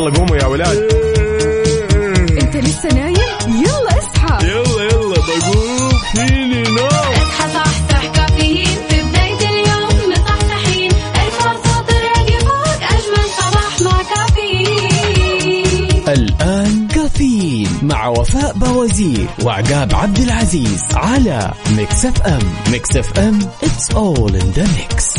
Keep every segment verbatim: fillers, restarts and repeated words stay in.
يلا قوموا يا ولاد. انت لسه نايم؟ يلا اصحى. يلا يلا بقوم فيني نوم. اصحى صحصح كافيين في بداية اليوم مصحصحين. ارفع صوت الراديو فوق أجمل صباح مع كافيين. الآن كافيين مع وفاء بوازير وعقاب عبد العزيز على ميكس اف ام. ميكس اف ام it's all in the mix.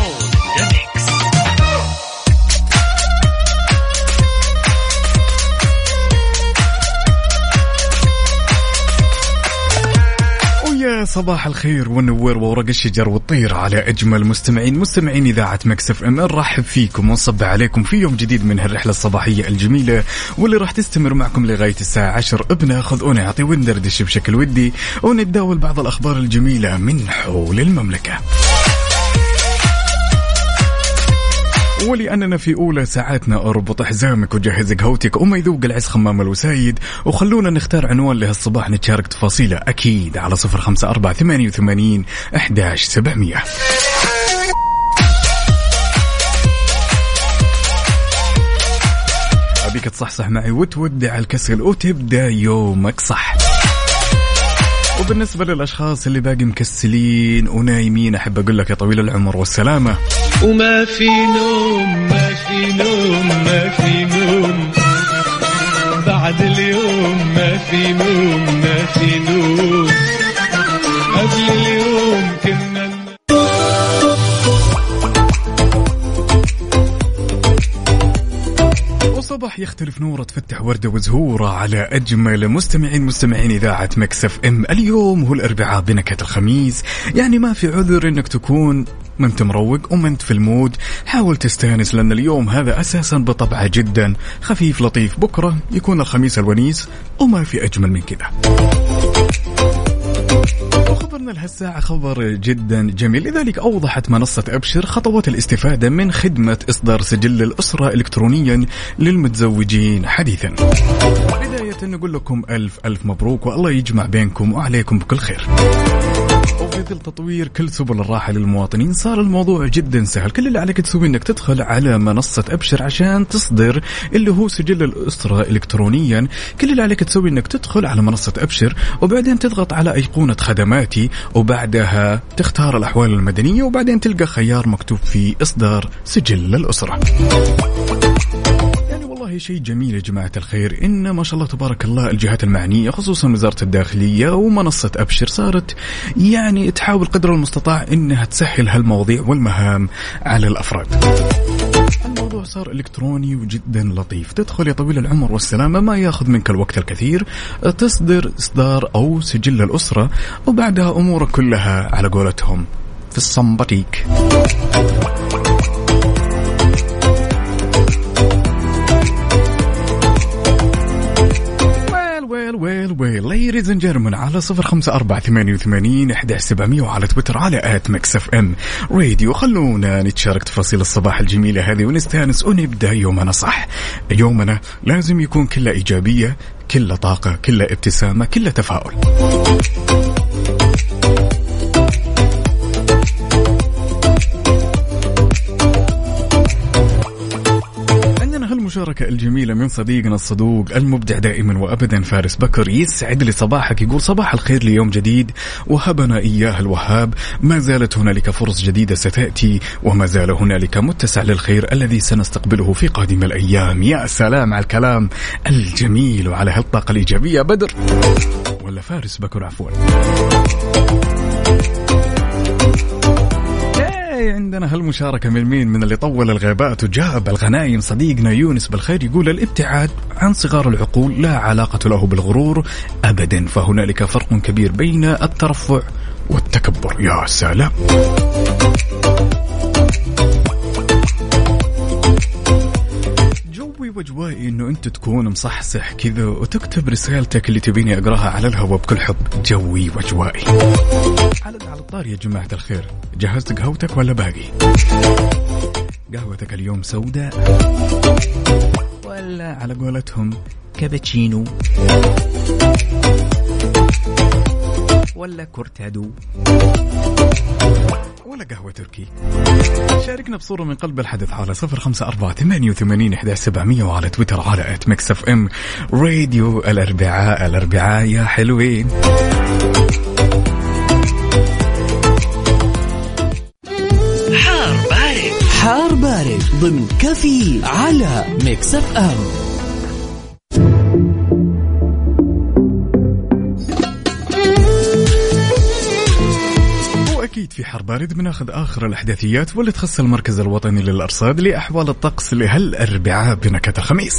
صباح الخير والنور وورق الشجر والطير على أجمل مستمعين مستمعين إذاعة ميكس اف ام. نرحب فيكم ونصب عليكم في يوم جديد من هالرحلة الصباحية الجميلة واللي راح تستمر معكم لغاية الساعة عشر. بناخذ ونعطي وندردش بشكل ودي ونتداول بعض الأخبار الجميلة من حول المملكة. ولأننا في أولى ساعاتنا أربط حزامك وجهز قهوتك وما يذوق العز خمام الوسايد، وخلونا نختار عنوان لهالصباح نتشارك تفاصيله أكيد على صفر خمسة أربعة ثمانية وثمانين أحداش سبعمية. أبيك تصحصح معي وتودع الكسل وتبدأ يومك صح. وبالنسبة للأشخاص اللي باقي مكسلين ونايمين أحب أقول لك يا طويل العمر والسلامة. وما في نوم ما في نوم ما في نوم بعد اليوم، ما في نوم ما في نوم قبل اليوم كنا. صباح يختلف نوره تفتح وردة وزهورة على أجمل مستمعين مستمعين إذاعة ميكس اف ام. اليوم هو الأربعاء بنكهة الخميس، يعني ما في عذر إنك تكون ما انت مروق وما انت في المود. حاول تستانس لأن اليوم هذا أساسا بطبعه جدا خفيف لطيف. بكرة يكون الخميس الونيس وما في أجمل من كذا. خبرنا لهالساعة خبر جدا جميل، لذلك أوضحت منصة أبشر خطوات الاستفادة من خدمة إصدار سجل الأسرة إلكترونيا للمتزوجين حديثا. بداية نقول لكم ألف ألف مبروك والله يجمع بينكم وعليكم بكل خير. وفي ظل تطوير كل سبل الراحة للمواطنين صار الموضوع جدا سهل. كل اللي عليك تسوي انك تدخل على منصة أبشر عشان تصدر اللي هو سجل الأسرة إلكترونيا. كل اللي عليك تسوي انك تدخل على منصة أبشر وبعدين تضغط على أيقونة خدماتي وبعدها تختار الأحوال المدنية وبعدين تلقى خيار مكتوب فيه إصدار سجل الأسرة. والله شيء جميل يا جماعة الخير، إن ما شاء الله تبارك الله الجهات المعنية خصوصا وزارة الداخلية ومنصة أبشر صارت يعني تحاول قدر المستطاع إنها تسهل هالمواضيع والمهام على الأفراد. الموضوع صار إلكتروني وجدا لطيف. تدخل يا طويل العمر والسلامة ما ياخذ منك الوقت الكثير، تصدر إصدار أو سجل الأسرة وبعدها أمورك كلها على قولتهم في الصمبتيك. ويل ويل ليديز اند جيرمان على صفر خمسة أربعة ثمانية وثمانين أحد سبعمية وعلى تويتر على آت ميكس اف ام راديو. خلونا نتشارك تفاصيل الصباح الجميلة هذه ونستانس ونبدأ يومنا صح. يومنا لازم يكون كله إيجابية، كله طاقة، كله ابتسامة، كله تفاؤل. المشاركة الجميلة من صديقنا الصدوق المبدع دائما وأبدا فارس بكر. يسعد لي صباحك، يقول صباح الخير ليوم جديد وهبنا إياه الوهاب. ما زالت هنالك فرص جديدة ستأتي وما زال هنالك متسع للخير الذي سنستقبله في قادم الأيام. يا سلام على الكلام الجميل وعلى هالطاقة الإيجابية. بدر ولا فارس بكر عفوا. عندنا هالمشاركة من مين؟ من اللي طول الغابات وجاب الغنايم صديقنا يونس بالخير. يقول الابتعاد عن صغار العقول لا علاقة له بالغرور أبدا، فهنالك فرق كبير بين الترفع والتكبر. يا سلام. جوي وجوائي انه انت تكون مصحصح كذا وتكتب رسالتك اللي تبيني اقراها على الهواء بكل حب. جوي وجوائي. على على الطار يا جماعة الخير، جهزت قهوتك ولا باقي؟ قهوتك اليوم سوداء ولا على قولتهم كابتشينو؟ ولا كورتادو ولا قهوة تركي؟ شاركنا بصورة من قلب الحدث على صفر خمسة أربعة ثمانية وثمانين إحدى عشر سبعمية وعلى تويتر على آت ميكس اف ام راديو. الأربعاء الأربعاء يا حلوين. حار بارد حار بارد ضمن كفي على ميكس اف ام. أكيد في حر بارد بناخذ آخر الأحداثيات واللي تخص المركز الوطني للأرصاد لأحوال الطقس لهالأربعاء بنكهة الخميس.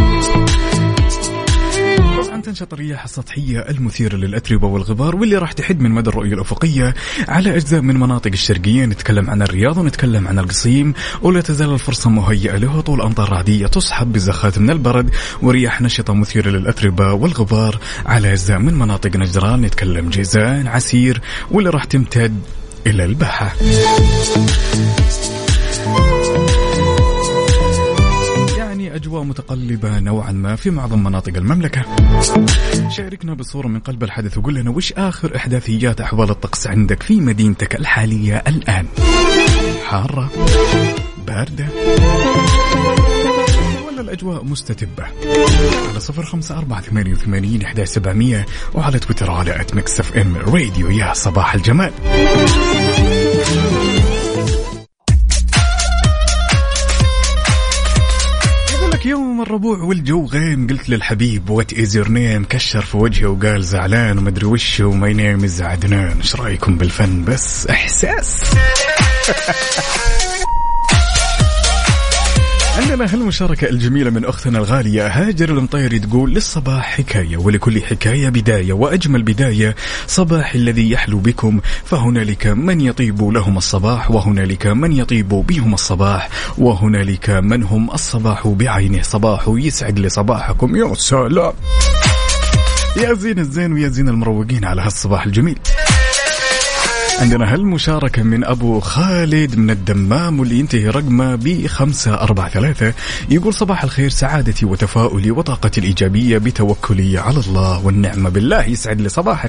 طبعا تنشط الرياح السطحية المثيرة للأتربة والغبار واللي راح تحد من مدى الرؤية الأفقية على أجزاء من مناطق الشرقية. نتكلم عن الرياض ونتكلم عن القصيم، ولا تزال الفرصة مهيئة لهطول أمطار رعدية تصحب بزخات من البرد ورياح نشطة مثيرة للأتربة والغبار على أجزاء من مناطق نجران. نتكلم جيزان، عسير، واللي راح تمتد إلى الباحة. يعني أجواء متقلبة نوعا ما في معظم مناطق المملكة. شاركنا بصورة من قلب الحدث وقول لنا وش آخر إحداثيات أحوال الطقس عندك في مدينتك الحالية الآن. حارة، باردة، ولا الأجواء مستتبة؟ على صفر خمسة أربعة ثمانية وثمانين إحدى عشر سبعمية وعلى تويتر على آت ميكس اف ام راديو. يا صباح الجمال. يقول لك يوم الربوع والجو غيم، قلت للحبيب وات از يور نيم، كشر في وجهه وقال زعلان ومدري وش وما ينام از عدنان. ايش رايكم بالفن بس احساس؟ عندنا هالمشاركة الجميلة من أختنا الغالية هاجر المطيري تقول للصباح حكاية ولكل حكاية بداية، وأجمل بداية صباح الذي يحلو بكم، فهنالك من يطيب لهم الصباح وهنالك من يطيب بهم الصباح وهنالك من هم الصباح بعينه. صباح يسعد لصباحكم. يا سلام يا زين الزين ويا زين المروقين على هالصباح الجميل. عندنا هالمشاركة من أبو خالد من الدمام واللي ينتهي رقمه بخمسة أربعة ثلاثة، يقول صباح الخير، سعادتي وتفاؤلي وطاقتي الإيجابية بتوكلي على الله والنعمة بالله. يسعد لي صباحك.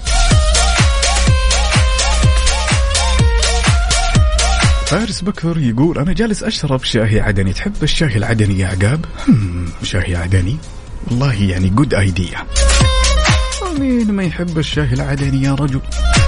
فارس بكر يقول أنا جالس أشرب شاهي عدني. تحب الشاهي العدني يا عقاب؟ هم شاهي عدني والله يعني جود ايديا. مين ما يحب الشاهي العدني يا رجل؟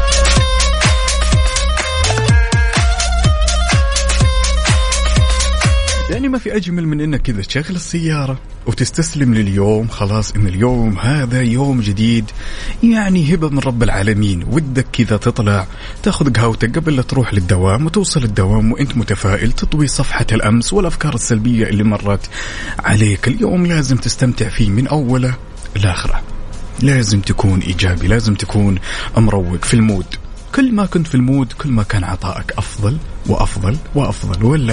يعني ما في أجمل من إنك كذا تشغل السيارة وتستسلم لليوم. خلاص إن اليوم هذا يوم جديد، يعني هبة من رب العالمين. ودك كذا تطلع تاخذ قهوتك قبل لا تروح للدوام وتوصل الدوام وإنت متفائل، تطوي صفحة الأمس والأفكار السلبية اللي مرت عليك. اليوم لازم تستمتع فيه من أوله لآخره، لازم تكون إيجابي، لازم تكون مروق في المود. كل ما كنت في المود كل ما كان عطائك أفضل وأفضل وأفضل. ولا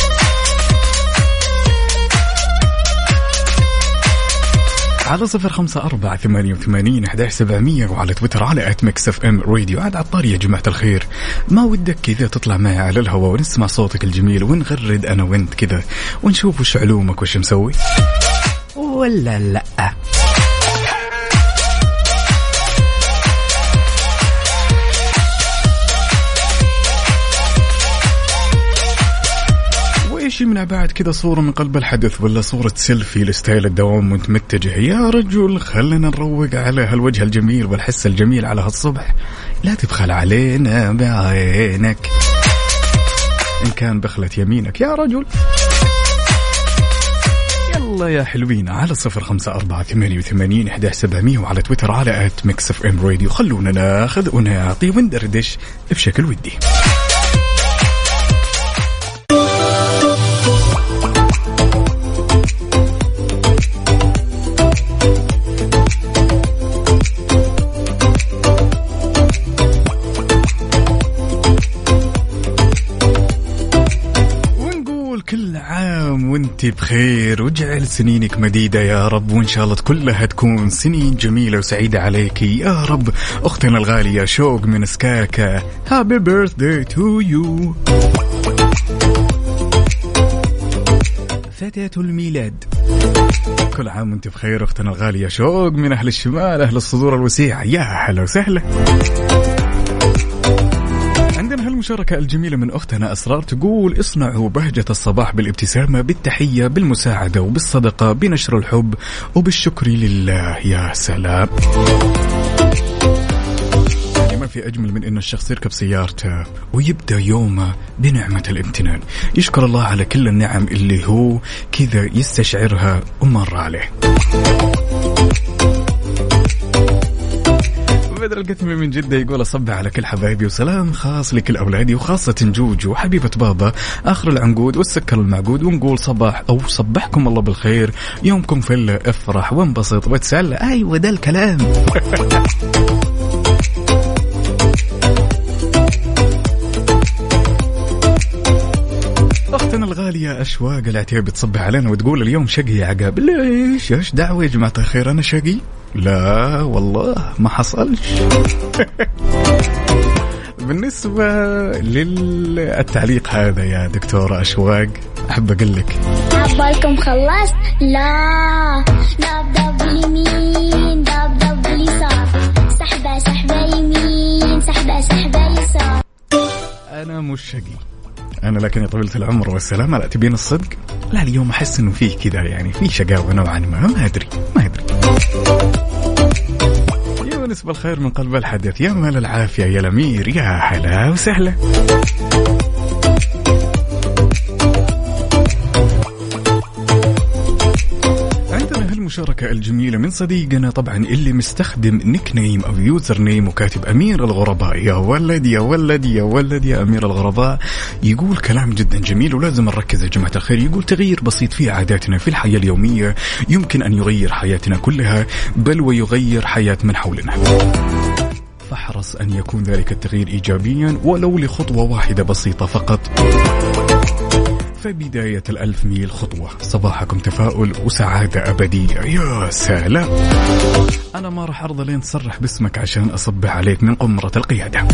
على صفر خمسة أربعة ثمانية وثمانين إحدى عشر سبعمية وعلى تويتر على آت ميكس اف ام راديو. عاد عطاري يا جماعة الخير، ما ودك كذا تطلع معي على الهواء ونسمع صوتك الجميل ونغرد أنا وانت كذا ونشوف وش علومك وش مسوي ولا لأ؟ شي من بعد كذا صورة من قلب الحدث ولا صورة سيلفي لستايل الدوام وانت متجه. يا رجل خلنا نروق على هالوجه الجميل والحس الجميل على هالصبح. لا تبخل علينا بعينك إن كان بخلت يمينك يا رجل. يلا يا حلوين على صفر خمسة أربعة ثمانية وثمانين إحدى عشر سبعمية وعلى تويتر على آت ميكس اف ام راديو. خلونا ناخذ ونعطي وندردش بشكل ودي. وانت بخير وجعل سنينك مديدة يا رب، وإن شاء الله كلها تكون سنين جميلة وسعيدة عليك يا رب. أختنا الغالية شوق من سكاكا، Happy birthday to you. فتاة الميلاد، كل عام وانت بخير أختنا الغالية شوق من أهل الشمال، أهل الصدور الوسيعة. يا هلا وسهلا. هالمشاركة الجميلة من أختنا أسرار تقول اصنعوا بهجة الصباح بالابتسامة بالتحية بالمساعدة وبالصدقة بنشر الحب وبالشكر لله. يا سلام، ما في أجمل من إن الشخص يركب سيارته ويبدأ يومه بنعمة الامتنان، يشكر الله على كل النعم اللي هو كذا يستشعرها ومر عليه. بدر القتمي من جدة يقول أصبح على كل حبايبي وسلام خاص لكل أولادي وخاصة جوجو حبيبة بابا آخر العنقود والسكر المعقود، ونقول صباح أو صبحكم الله بالخير، يومكم فله، افرح وانبسط وتسلى. أيوة ده الكلام. أختنا الغالية أشواق العتيبي بتصبح علينا وتقول اليوم شقي يا عقاب. ليش؟ إيش دعوة يا جماعة الخير أنا شقي؟ لا والله ما حصلش. بالنسبة للتعليق هذا يا دكتورة أشواق أحب أقول لك عبالكم خلصت؟ لا دب دب يمين دب دب يسار سحبة سحبة يمين سحبة سحبة يسار. أنا مش شقي أنا، لكن يا طويلة العمر والسلامة لا تبين الصدق، لا اليوم أحس إنه فيه كذا يعني في شقاوة نوعا ما، ما أدري ما أدري. يا بالنسبة الخير من قلب الحدث، يا مال العافية يا الأمير، يا هلا وسهلا. المشاركة الجميلة من صديقنا طبعا اللي مستخدم نيك نيم أو يوزر نيم وكاتب أمير الغرباء. يا ولد يا ولد يا ولد يا أمير الغرباء، يقول كلام جدا جميل ولازم نركز يا جماعة الخير. يقول تغيير بسيط في عاداتنا في الحياة اليومية يمكن أن يغير حياتنا كلها بل ويغير حياة من حولنا، فاحرص أن يكون ذلك التغيير إيجابيا ولو لخطوة واحدة بسيطة فقط، فبداية الألف ميل خطوة. صباحكم تفاؤل وسعادة أبدية. يا سلام، أنا ما راح أرضى لين تصرح باسمك عشان أصبح عليك من قمرة القيادة.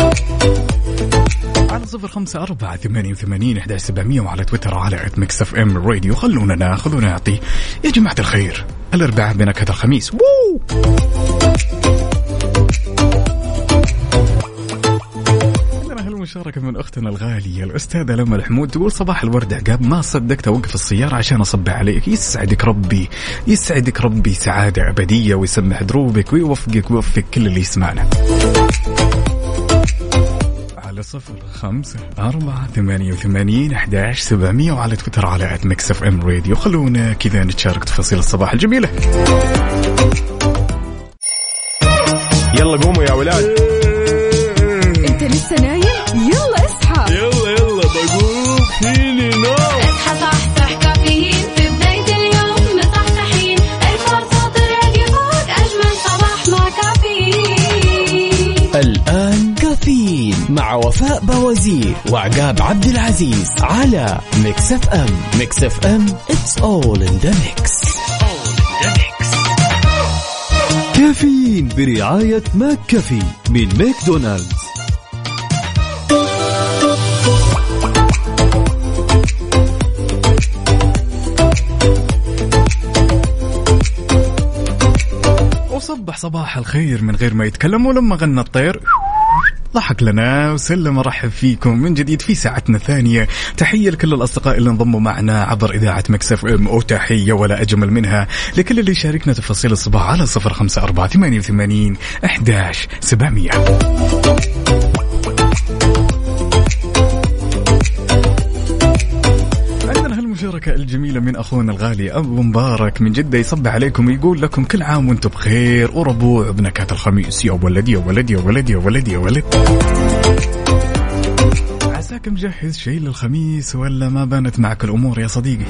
على صفر خمسة أربعة ثمانية وثمانين أحد عشر سبعمية وعلى تويتر على ات ميكس اف ام راديو. خلونا ناخذ ونعطي يا جماعة الخير. الأربعاء بنكهة الخميس. ووو مشاركة من أختنا الغالية الأستاذة لما الحمود تقول صباح الورد عقاب، ما صدقت أوقف السيارة عشان أصبح عليك. يسعدك ربي يسعدك ربي سعادة أبدية ويسمح دروبك ويوفقك ويوفق كل اللي يسمعنا. على صفر خمسة أربعة ثمانية وثمانين أحد عشر سبعمية وعلى تويتر على ات ميكس اف ام راديو. خلونا كذا نتشارك تفاصيل الصباح الجميلة. يلا قوموا يا ولاد. انت لسه نايم؟ يلا اصحى. يلا يلا بقوم فيني نوم. اصحى صحصح كافيين في بداية اليوم مصحصحين، الفرصة تراك فوق أجمل صباح مع كافيين. الآن كافيين مع وفاء بوازير وعقاب عبد العزيز على ميكس اف ام. ميكس اف ام it's all in the mix. كافيين برعاية ماك كافي من ماكدونالدز. وصبح صباح الخير من غير ما يتكلم، ولما غنى الطير ضحك لنا وسلم. رحب فيكم من جديد في ساعتنا الثانية. تحية لكل الأصدقاء اللي انضموا معنا عبر إذاعة ميكس اف ام، وتحية ولا أجمل منها لكل اللي شاركنا تفاصيل الصباح على صفر خمسة أربعة ثمانية وثمانين أحد عشر سبعمية. المشاركة الجميلة من أخونا الغالي أبو مبارك من جدة يصبح عليكم ويقول لكم كل عام وانتم بخير وربوع بنكهة الخميس. يا ولد يا ولد يا ولد يا ولد يا ولد. عساك مجهز شيء للخميس ولا ما بانت معك الأمور يا صديقي؟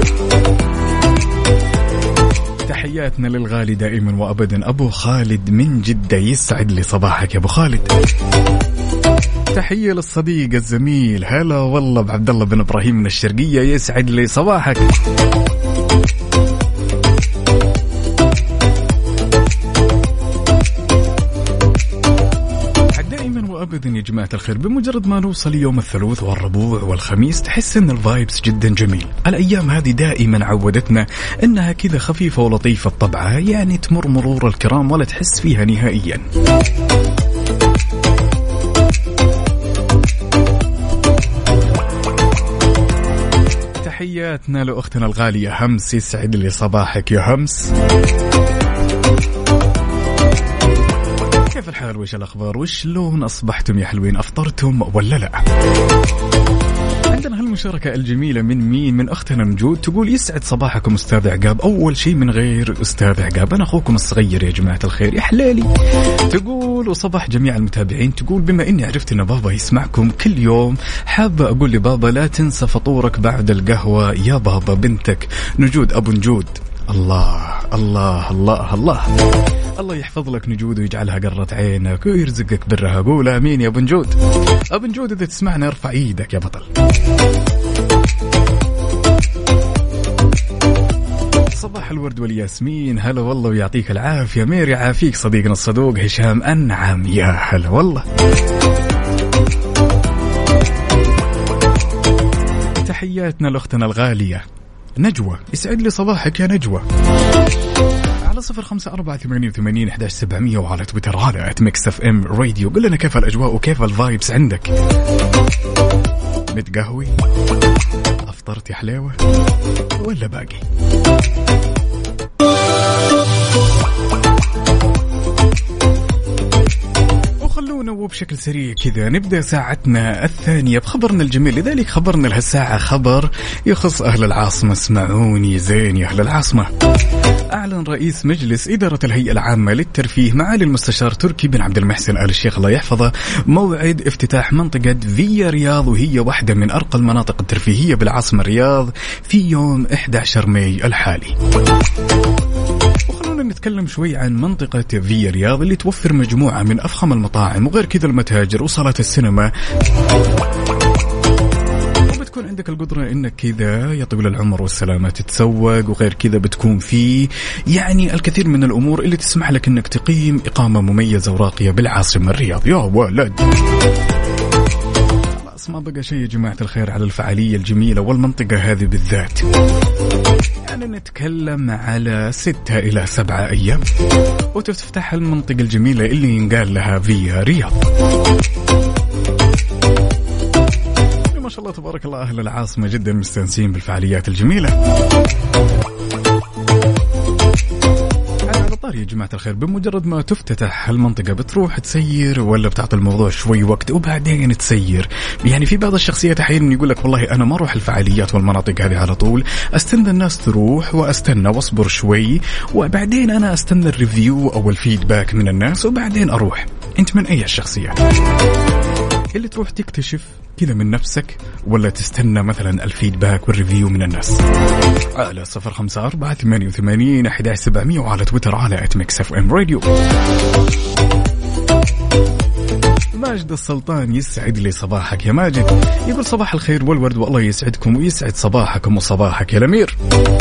تحياتنا للغالي دائما وأبدا أبو خالد من جدة. يسعد لي صباحك يا أبو خالد. تحية للصديق الزميل هلا والله بعبد الله بن إبراهيم من الشرقية. يسعد لي صباحك. دائما وأبدا يا جماعة الخير بمجرد ما نوصل يوم الثلاث والربوع والخميس تحس ان الفايبس جدا جميل. الأيام هذه دائما عودتنا انها كذا خفيفة ولطيفة الطبعة، يعني تمر مرور الكرام ولا تحس فيها نهائيا. تحياتنا لأختنا الغالية همس، يسعد لي صباحك يا همس. كيف الحال؟ وش الأخبار؟ وشلون أصبحتم يا حلوين؟ أفطرتم ولا لا؟ عندنا هالمشاركة الجميلة من مين؟ من أختنا نجود، تقول يسعد صباحكم أستاذ عقاب. أول شيء من غير أستاذ عقاب، أنا أخوكم الصغير يا جماعة الخير يا حلالي. تقول وصباح جميع المتابعين. تقول بما إني عرفت إن بابا يسمعكم كل يوم، حابة أقول لبابا لا تنسى فطورك بعد القهوة يا بابا. بنتك نجود أبو نجود. الله الله الله الله الله يحفظ لك نجود ويجعلها قرة عينك ويرزقك برها. قول آمين يا ابو نجود. ابو نجود إذا تسمعنا ارفع ايدك يا بطل. صباح الورد والياسمين. هلا والله ويعطيك العافية. مير يعافيك صديقنا الصدوق هشام أنعم. يا هلا والله. تحياتنا لأختنا الغالية نجوى، يسعد لي صباحك يا نجوى. على صفر خمسة أربعة ثمانية وثمانين أحد عشر سبعمية وعلى تويتر على ات ميكس اف ام راديو. قل لنا كيف الأجواء وكيف الفايبس عندك؟ متقهوي؟ أفطرت يا حلاوة ولا باقي؟ وخلونا وبشكل سريع كذا نبدأ ساعتنا الثانية بخبرنا الجميل. لذلك خبرنا لهالساعة خبر يخص أهل العاصمة. اسمعوني زين يا أهل العاصمة. أعلن رئيس مجلس إدارة الهيئة العامة للترفيه معالي المستشار تركي بن عبد المحسن آل الشيخ الله يحفظه موعد افتتاح منطقة فيا رياض، وهي واحدة من أرقى المناطق الترفيهية بالعاصمة الرياض، في يوم أحد عشر ماي الحالي. وخلونا نتكلم شوي عن منطقة فيا رياض اللي توفر مجموعة من أفخم المطاعم وغير كذا المتاجر وصالات السينما، بتكون عندك القدرة إنك كذا يا طويل العمر والسلامة تتسوق، وغير كذا بتكون في يعني الكثير من الأمور اللي تسمح لك إنك تقيم إقامة مميزة وراقية بالعاصمة الرياض. يا ولد خلاص ما بقى شيء يا جماعة الخير على الفعالية الجميلة والمنطقة هذه بالذات. يعني نتكلم على ستة إلى سبعة أيام وتفتح المنطقة الجميلة اللي ينقال لها فيا رياض. ما شاء الله تبارك الله أهل العاصمة جدا مستانسين بالفعاليات الجميلة. على طاري يا جماعة الخير، بمجرد ما تفتتح المنطقة بتروح تسير ولا بتعطي الموضوع شوي وقت وبعدين تسير؟ يعني في بعض الشخصيات أحيانا يقول لك والله أنا ما أروح الفعاليات والمناطق هذه على طول، أستنى الناس تروح وأستنى وأصبر شوي وبعدين أنا أستنى الريفيو أو الفيدباك من الناس وبعدين أروح. أنت من أي الشخصيات اللي تروح تكتشف كذا من نفسك ولا تستنى مثلا الفيدباك والريفيو من الناس؟ على صفر خمسة أربعة ثمانية وثمانين أحد عشر سبعمية وعلى تويتر على ات ميكس اف ام راديو. ماجد السلطان يسعد لي صباحك يا ماجد، يقول صباح الخير والورد والله يسعدكم ويسعد صباحكم وصباحك يا الأمير.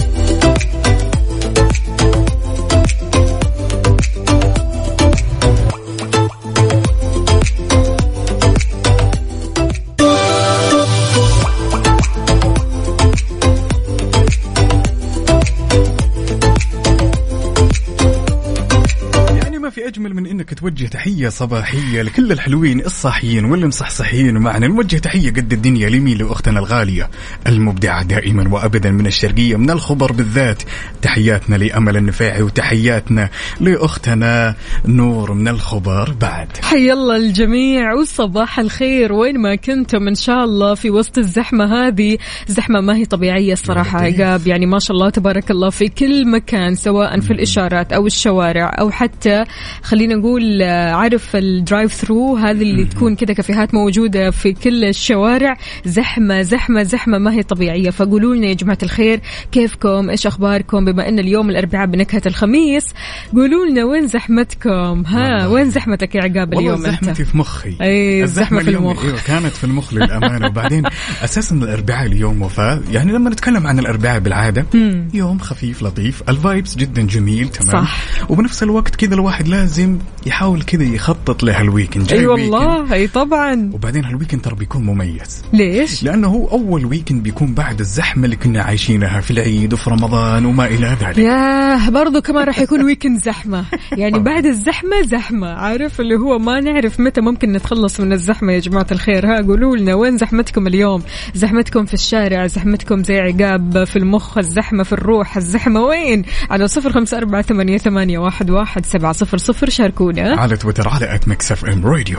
أجمل من إنك توجه تحية صباحية لكل الحلوين الصاحيين واللي مصحصحين معنا. نوجه تحية قد الدنيا لمين؟ لأختنا الغالية المبدعة دائما وأبدا من الشرقية من الخبر بالذات. تحياتنا لأمل النفاعي وتحياتنا لأختنا نور من الخبر بعد. حي الله الجميع وصباح الخير وين ما كنتم إن شاء الله في وسط الزحمة هذه. زحمة ما هي طبيعية الصراحة عقاب، يعني ما شاء الله تبارك الله في كل مكان سواء في الإشارات أو الشوارع أو حتى خلينا نقول عارف الدرايف ثرو هذه اللي تكون كده كافيهات موجودة في كل الشوارع. زحمة زحمة زحمة ما هي طبيعية. فقولوا لنا يا جماعة الخير كيفكم؟ إيش أخباركم؟ بما أن اليوم الأربعاء بنكهة الخميس قولوا لنا وين زحمتكم؟ ها وين زحمتك يا عقاب اليوم؟ والله زحمتي في مخي. أي الزحمة في المخ. إيوه كانت في المخ للأمانة. وبعدين أساسا الأربعاء اليوم وفاة، يعني لما نتكلم عن الأربعاء بالعادة يوم خفيف لطيف، الفايبس جدا جميل تمام صح. وبنفس الوقت كذا الواحد لا لازم يحاول كذا يخطط لهالويكند. اي والله اي طبعا. وبعدين هالويكند ترى بيكون مميز. ليش؟ لانه هو اول ويكند بيكون بعد الزحمه اللي كنا عايشينها في العيد وفي رمضان وما الى ذلك. ياه برضو كمان راح يكون ويكند زحمه، يعني بعد الزحمه زحمه، عارف اللي هو ما نعرف متى ممكن نتخلص من الزحمه. يا جماعه الخير ها قولوا لنا وين زحمتكم اليوم؟ زحمتكم في الشارع، زحمتكم زي عقاب في المخ، الزحمه في الروح، الزحمه وين؟ على صفر خمسة أربعة ثمانية ثمانية واحد واحد سبعة صفر صفر شاركونا على تويتر على آت ميكس إف إم راديو.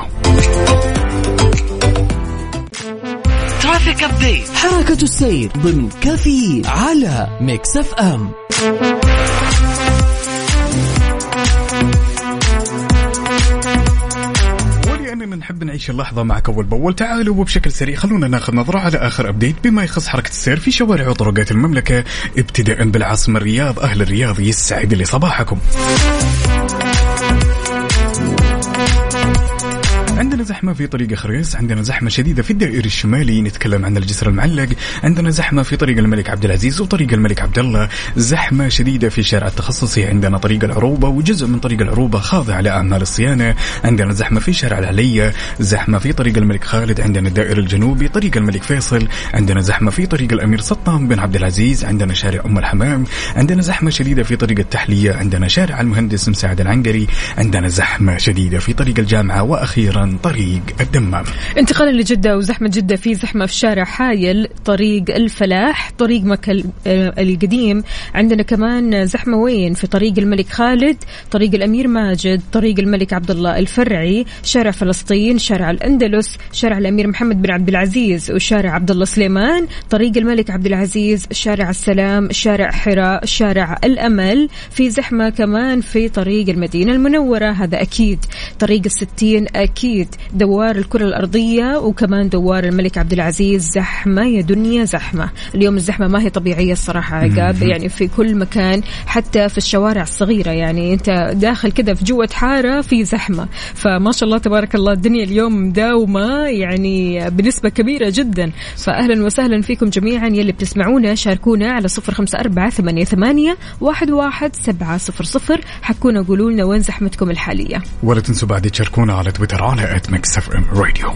ترافيك أبديت، حركة السير ضمن كافيين على ميكس إف إم. ولأننا نحب نعيش اللحظة معك أول بأول، تعالوا وبشكل سريع خلونا ناخذ نظرة على آخر أبديت بما يخص حركة السير في شوارع وطرقات المملكة، ابتداء بالعاصمة الرياض. أهل الرياض يسعد لي صباحكم. عندنا زحمة في طريق خريص، عندنا زحمة شديدة في الدائري الشمالي، نتكلم عن الجسر المعلق، عندنا زحمة في طريق الملك عبد العزيز وطريق الملك عبد الله، زحمة شديدة في شارع التخصصي، عندنا طريق العروبة وجزء من طريق العروبة خاضع لأعمال الصيانة، عندنا زحمة في شارع العلية، زحمة في طريق الملك خالد، عندنا الدائري الجنوبي طريق الملك فيصل، عندنا زحمة في طريق الأمير سلطان بن عبد العزيز، عندنا شارع أم الحمام، عندنا زحمة شديدة في طريق التحلية، عندنا شارع المهندس مساعد العنقري، عندنا زحمة شديدة في طريق الجامعة، وأخيرا طريق الدمام. انتقالا لجدة وزحمة جدة، في زحمة في شارع حايل، طريق الفلاح، طريق مكة القديم، عندنا كمان زحمة وين في طريق الملك خالد، طريق الأمير ماجد، طريق الملك عبد الله الفرعي، شارع فلسطين، شارع الأندلس، شارع الأمير محمد بن عبد العزيز وشارع عبد الله سليمان، طريق الملك عبد العزيز، شارع السلام، شارع حراء، شارع الأمل. في زحمة كمان في طريق المدينة المنورة، هذا أكيد، طريق الستين أكيد، دوار الكرة الأرضية، وكمان دوار الملك عبد العزيز زحمة يا دنيا زحمة. اليوم الزحمة ما هي طبيعية الصراحة عقاب، يعني في كل مكان حتى في الشوارع الصغيرة، يعني أنت داخل كده في جوة حارة في زحمة، فما شاء الله تبارك الله الدنيا اليوم مداومة يعني بنسبة كبيرة جدا. فأهلا وسهلا فيكم جميعا يلي بتسمعونا، شاركونا على صفر خمسة أربعة ثمانية ثمانية واحد واحد سبعة صفر صفر، حكونا قولوا لنا وين زحمتكم الحالية، ولا تنسوا بعد تشاركونا على تويتر على آت ميكس إف إم راديو.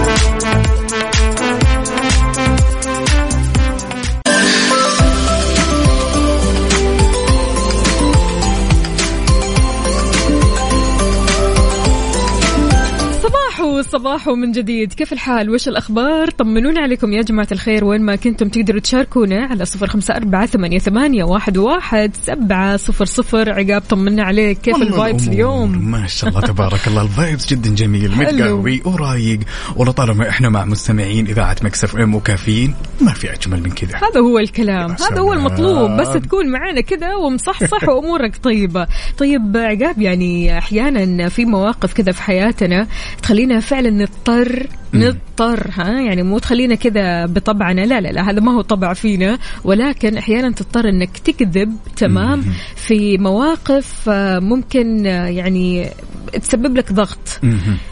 صباحو من جديد، كيف الحال؟ وش الأخبار؟ طمنونا عليكم يا جماعة الخير، وين ما كنتم تقدروا تشاركونا على صفر خمسة أربعة ثمانية ثمانية واحد واحد سبعة صفر صفر. عقاب طمنا عليك، كيف الفايبس اليوم؟ ما شاء الله تبارك الله، الفايبس جدا جميل، متقهوي ورايق، ولطالما احنا مع مستمعين إذاعة ميكس إف إم وكافيين ما في أجمل من كذا. هذا هو الكلام، هذا هو المطلوب، بس تكون معنا كذا ومصحصح وأمورك طيبة. طيب عقاب، يعني أحيانا في مواقف كذا في حياتنا تخلينا فعلا نضطر نضطر ها يعني مو تخلينا كذا بطبعنا، لا لا لا هذا ما هو طبع فينا، ولكن أحيانا تضطر أنك تكذب تمام في مواقف ممكن يعني تسبب لك ضغط،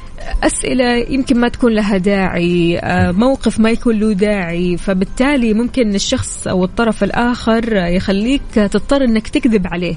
أسئلة يمكن ما تكون لها داعي، موقف ما يكون له داعي، فبالتالي ممكن الشخص أو الطرف الآخر يخليك تضطر أنك تكذب عليه.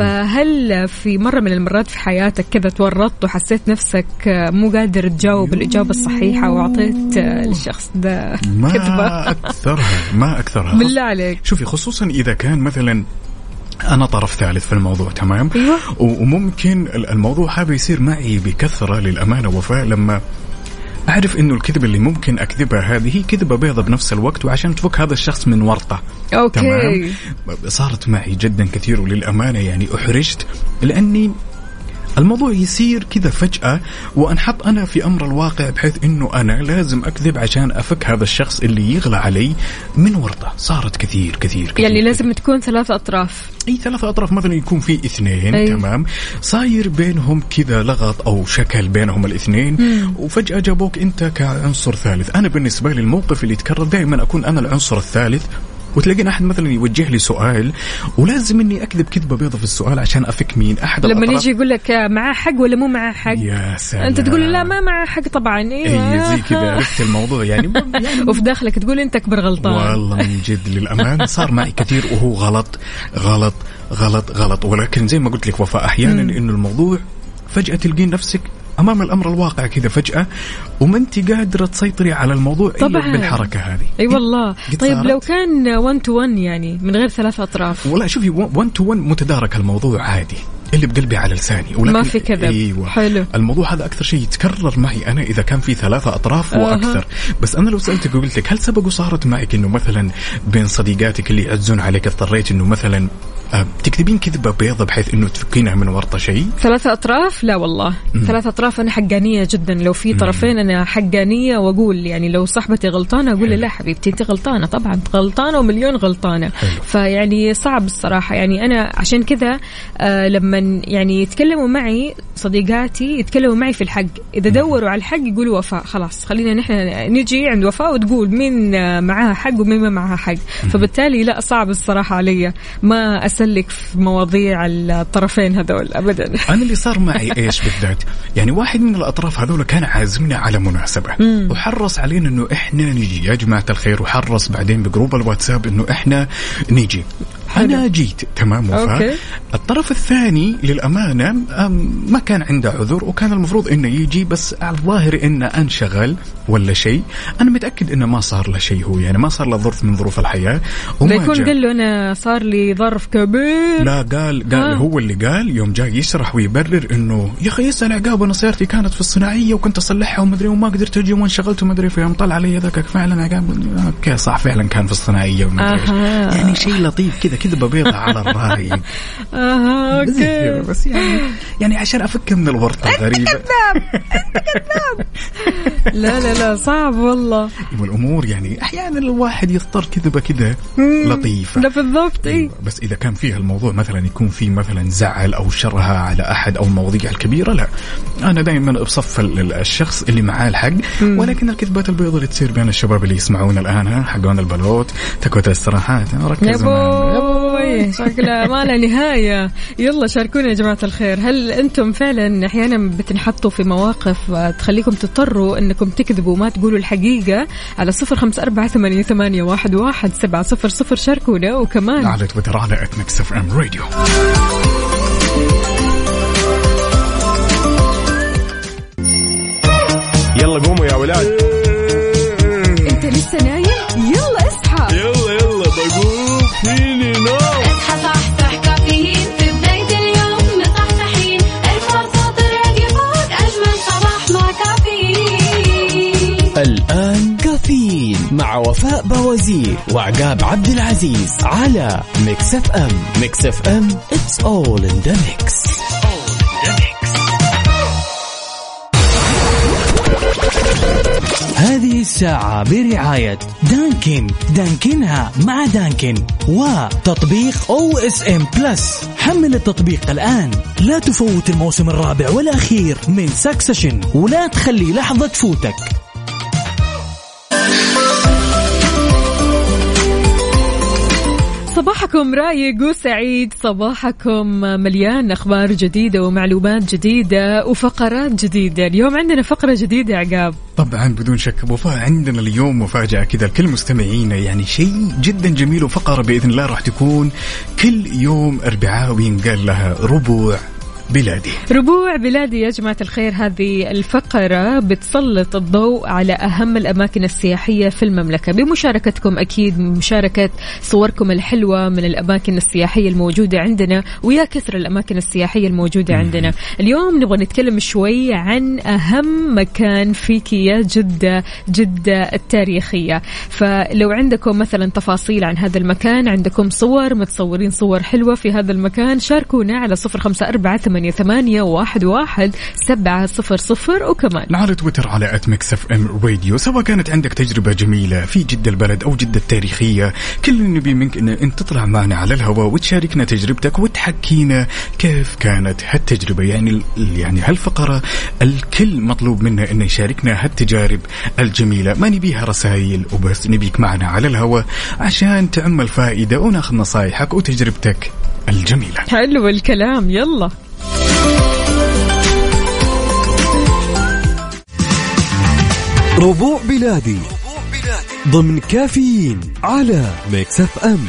فهل في مرة من المرات في حياتك كذا تورطت وحسيت نفسك مو قادر تجاوب الإجابة الصحيحة وعطيت للشخص ده ما كذبة؟ أكثرها ما أكثرها بالله عليك. شوفي، خصوصا إذا كان مثلا أنا طرف ثالث في الموضوع، تمام؟ أيوة. وممكن الموضوع هذا يصير معي بكثرة للأمانة وفاء، لما أعرف إنه الكذبة اللي ممكن أكذبها هذه كذبة بيضة بنفس الوقت، وعشان تفك هذا الشخص من ورطة. أوكي. تمام؟ صارت معي جدا كثير، وللأمانة يعني أحرجت لأني الموضوع يصير كذا فجأة وأنحط أنا في أمر الواقع، بحيث إنه أنا لازم أكذب عشان أفك هذا الشخص اللي يغلى علي من ورطة. صارت كثير كثير, كثير يعني لازم كثير. تكون ثلاثة أطراف. أي ثلاثة أطراف، مثلا يكون في اثنين. أي. تمام، صاير بينهم كذا لغط أو شكل بينهم الاثنين، مم. وفجأة جابوك أنت كعنصر ثالث. أنا بالنسبة لي الموقف اللي يتكرر دائما أكون أنا العنصر الثالث، وتلاقين أحد مثلا يوجه لي سؤال ولازم إني أكذب كذبة بيضة في السؤال عشان أفك مين أحد لما الأطراف. يجي يقول لك معاه حق ولا مو معاه حق، يا سلام، أنت تقول لا ما معاه حق طبعا. إيه أي زي كذا، عرفت الموضوع يعني, يعني وفي داخلك تقول أنت أكبر غلطان. والله من جد للأمان صار معي كثير، وهو غلط غلط غلط غلط. ولكن زي ما قلت لك وفاء، أحيانا إنه الموضوع فجأة تلقين نفسك أمام الأمر الواقع كذا فجأة وما أنت قادرة تسيطري على الموضوع إلا بالحركة هذه. أي والله. طيب لو كان one to one يعني من غير ثلاث أطراف. والله شوفي one to one متدارك الموضوع عادي اللي بقلبي على لساني ما في كذب. أيوة. حلو. الموضوع هذا أكثر شيء يتكرر معي أنا إذا كان في ثلاثة أطراف أه. وأكثر. بس أنا لو سألتك وقلت لك هل سبق وصارت معك إنه مثلا بين صديقاتك اللي يعزون عليك اضطريت إنه مثلا تكتبين كذبة بيضة بحيث إنه تفكينها من ورطة شيء؟ ثلاثة أطراف لا والله. م. ثلاثة أطراف أنا حقانية جدا. لو في طرفين أنا حقانية وأقول يعني لو صاحبتي غلطانة أقول لا حبيبتي أنت غلطانة طبعا غلطانة ومليون غلطانة. حلو. فيعني صعب الصراحة يعني أنا عشان كذا آه لما يعني يتكلموا معي صديقاتي يتكلموا معي في الحق إذا دوروا على الحق يقولوا وفاء خلاص خلينا نحن نجي عند وفاء وتقول مين معها حق ومين ما معها حق. فبالتالي لا صعب الصراحة علي ما أسلك في مواضيع الطرفين هذول أبدا. أنا اللي صار معي إيش بالذات يعني واحد من الأطراف هذول كان عازمنا على مناسبة مم. وحرص علينا إنه إحنا نيجي يا جماعة الخير وحرص بعدين بجروب الواتساب إنه إحنا نيجي. أنا جيت تمام وفاء. الطرف الثاني للأمانة ما كان عنده عذر وكان المفروض إنه يجي بس على الظاهر إنه أنشغل ولا شيء. أنا متأكد إنه ما صار له شيء هو يعني ما صار له ظرف من ظروف الحياة. لا يكون قال له أنا صار لي ظرف كبير. لا قال قال ها. هو اللي قال يوم جاي يشرح ويبرر إنه يا أخي يسأل عقاب أنا سيارتي كانت في الصناعية وكنت أصلحها وما أدري وما قدرت أجي وانشغلت وما أدري فيوم طلع علي ذاك فعلا عقاب أوكي صح فعلا كان في الصناعية وما أدري يعني شيء لطيف كذا كذا بيضة على الراي. آه أوكي. بس يعني يعني عشان أفك من الورطة الغريبة. لا لا لا صعب والله. والأمور يعني أحيانا الواحد يضطر كذبة كذا لطيفة. لا بالضبط. إيه. بس إذا كان فيها الموضوع مثلا يكون فيه مثلا زعل أو شرها على أحد أو مواضيع الكبيرة لا أنا دائما بصف الشخص اللي معاه الحق. ولكن الكذبات البيضاء اللي تصير بين الشباب اللي يسمعون الآن حقون البلوت تكوت الاستراحات ركزوا شكلها ما لا نهاية. يلا شاركونا يا جماعة الخير هل أنتم فعلا أحيانا بتنحطوا في مواقف تخليكم تضطروا أنكم تكذبوا وما تقولوا الحقيقة على صفر خمسة أربعة ثمانية ثمانية واحد واحد سبعة صفر صفر شاركونا. وكمان على تويتر على ات ميكس اف ام راديو. يلا قوموا يا ولاد. انت لسه نايم يلا اصحى يلا يلا بقوم فيني نوم. اصحى صحصح كافيين في بداية اليوم مصحصحين الفرصة تراقي فوق أجمل صباح مع كافيين. الآن كافيين مع وفاء بوازير وعقاب عبد العزيز على ميكس اف ام. ميكس اف ام it's all in the mix. هذه الساعة برعاية دانكن. دانكنها مع دانكن وتطبيق أو إس إم بلس. حمل التطبيق الآن لا تفوت الموسم الرابع والأخير من سكسشن ولا تخلي لحظة تفوتك. صباحكم رايق وسعيد صباحكم مليان أخبار جديدة ومعلومات جديدة وفقرات جديدة. اليوم عندنا فقرة جديدة عقاب طبعا بدون شك وفاء. عندنا اليوم مفاجأة كذا لكل مستمعينا يعني شيء جدا جميل وفقرة بإذن الله راح تكون كل يوم أربعاء وينقال لها ربوع بلادي. ربوع بلادي يا جماعة الخير هذه الفقرة بتسلط الضوء على أهم الأماكن السياحية في المملكة بمشاركتكم أكيد مشاركة صوركم الحلوة من الأماكن السياحية الموجودة عندنا ويا كثر الأماكن السياحية الموجودة عندنا. اليوم نبغى نتكلم شوي عن أهم مكان فيك يا جدة جدة التاريخية. فلو عندكم مثلا تفاصيل عن هذا المكان عندكم صور متصورين صور حلوة في هذا المكان شاركونا على صفر خمسة أربعة ثمانية ثمانية واحد واحد سبعة صفر صفر. وكمان على تويتر على ات ميكس اف ام راديو. سواء كانت عندك تجربة جميلة في جدة البلد أو جدة التاريخية كل نبي منك إن أنت تطلع معنا على الهواء وتشاركنا تجربتك وتحكينا كيف كانت هالتجربة. يعني يعني هالفقرة الكل مطلوب منا إنه يشاركنا هالتجارب الجميلة. ما نبيها رسائل وبس نبيك معنا على الهواء عشان تعم الفائدة وناخذ نصايحك وتجربتك الجميلة. حلو الكلام. يلا ربوع بلادي ضمن كافيين على ميكس اف ام.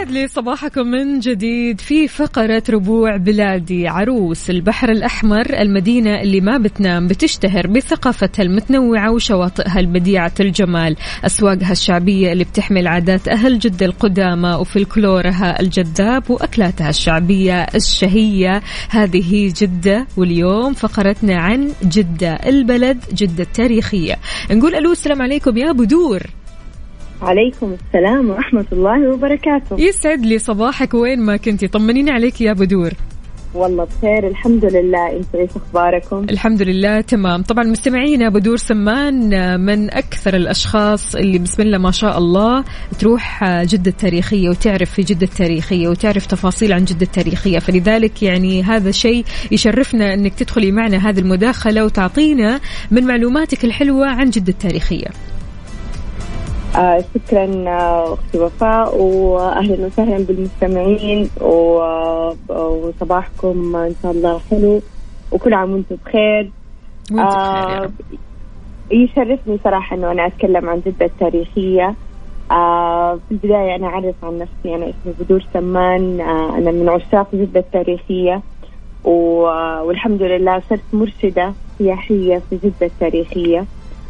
يسعد لي صباحكم من جديد في فقرة ربوع بلادي. عروس البحر الأحمر، المدينة اللي ما بتنام، بتشتهر بثقافتها المتنوعة وشواطئها البديعة الجمال، أسواقها الشعبية اللي بتحمل عادات أهل جدة القدامى وفلكلورها الجذاب وأكلاتها الشعبية الشهية. هذه جدة، واليوم فقرتنا عن جدة البلد، جدة التاريخية. نقول ألو، السلام عليكم يا بدور. عليكم السلام ورحمة الله وبركاته. يسعد لي صباحك، وين ما كنتي طمنيني عليك يا بدور. والله بخير الحمد لله، انتوا ايش اخباركم؟ الحمد لله تمام. طبعا مستمعينا، بدور سمان من اكثر الاشخاص اللي بسم الله ما شاء الله تروح جدة التاريخية وتعرف في جدة التاريخية وتعرف تفاصيل عن جدة التاريخية، فلذلك يعني هذا شيء يشرفنا انك تدخلي معنا هذه المداخلة وتعطينا من معلوماتك الحلوة عن جدة التاريخية. آه شكرا أختي وفاء، وأهلا وسهلا بالمستمعين، وصباحكم إن شاء الله حلو وكل عام وانتم بخير. آه يشرفني صراحة أنه أنا أتكلم عن جدة التاريخية. آه في البداية أنا أعرف عن نفسي، أنا اسمي بدور سمان. آه أنا من عشاق جدة التاريخية، والحمد لله صرت مرشدة سياحية في جدة التاريخية،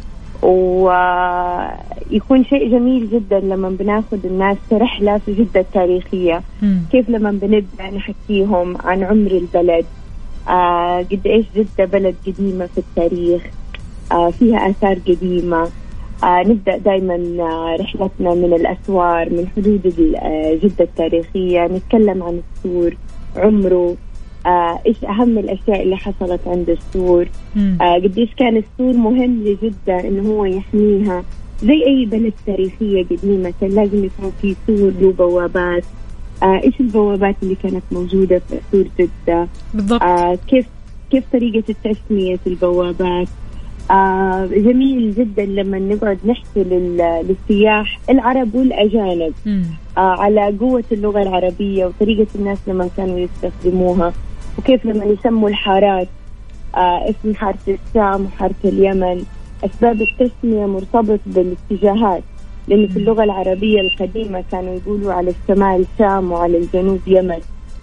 ويكون شيء جميل جدا لما بناخد الناس في رحلة في جدة التاريخية. م. كيف لما بنبدأ نحكيهم عن عمر البلد، آه قد إيش جدة بلد قديمة في التاريخ، آه فيها آثار قديمة. آه نبدأ دايما رحلتنا من الأسوار، من حدود جدة التاريخية، نتكلم عن السور، عمره، آه إيش أهم الأشياء اللي حصلت عند السور، آه قديش كان السور مهم لجدة إنه هو يحميها. زي أي بلد تاريخية قديمة كان لازم يكون في سور له بوابات. آه إيش البوابات اللي كانت موجودة في سور جدة بالضبط، آه كيف كيف طريقة التسمية البوابات. آه جميل جدا لما نقعد نحكي للسياح العرب والأجانب آه على قوة اللغة العربية وطريقة الناس لما كانوا يستخدموها، وكيف لما يسموا الحارات آه اسم حارة الشام وحارة اليمن. أسباب التسمية مرتبط بالاتجاهات، لأن في اللغة العربية القديمة كانوا يقولوا على الشمال شام وعلى الجنوب يمن.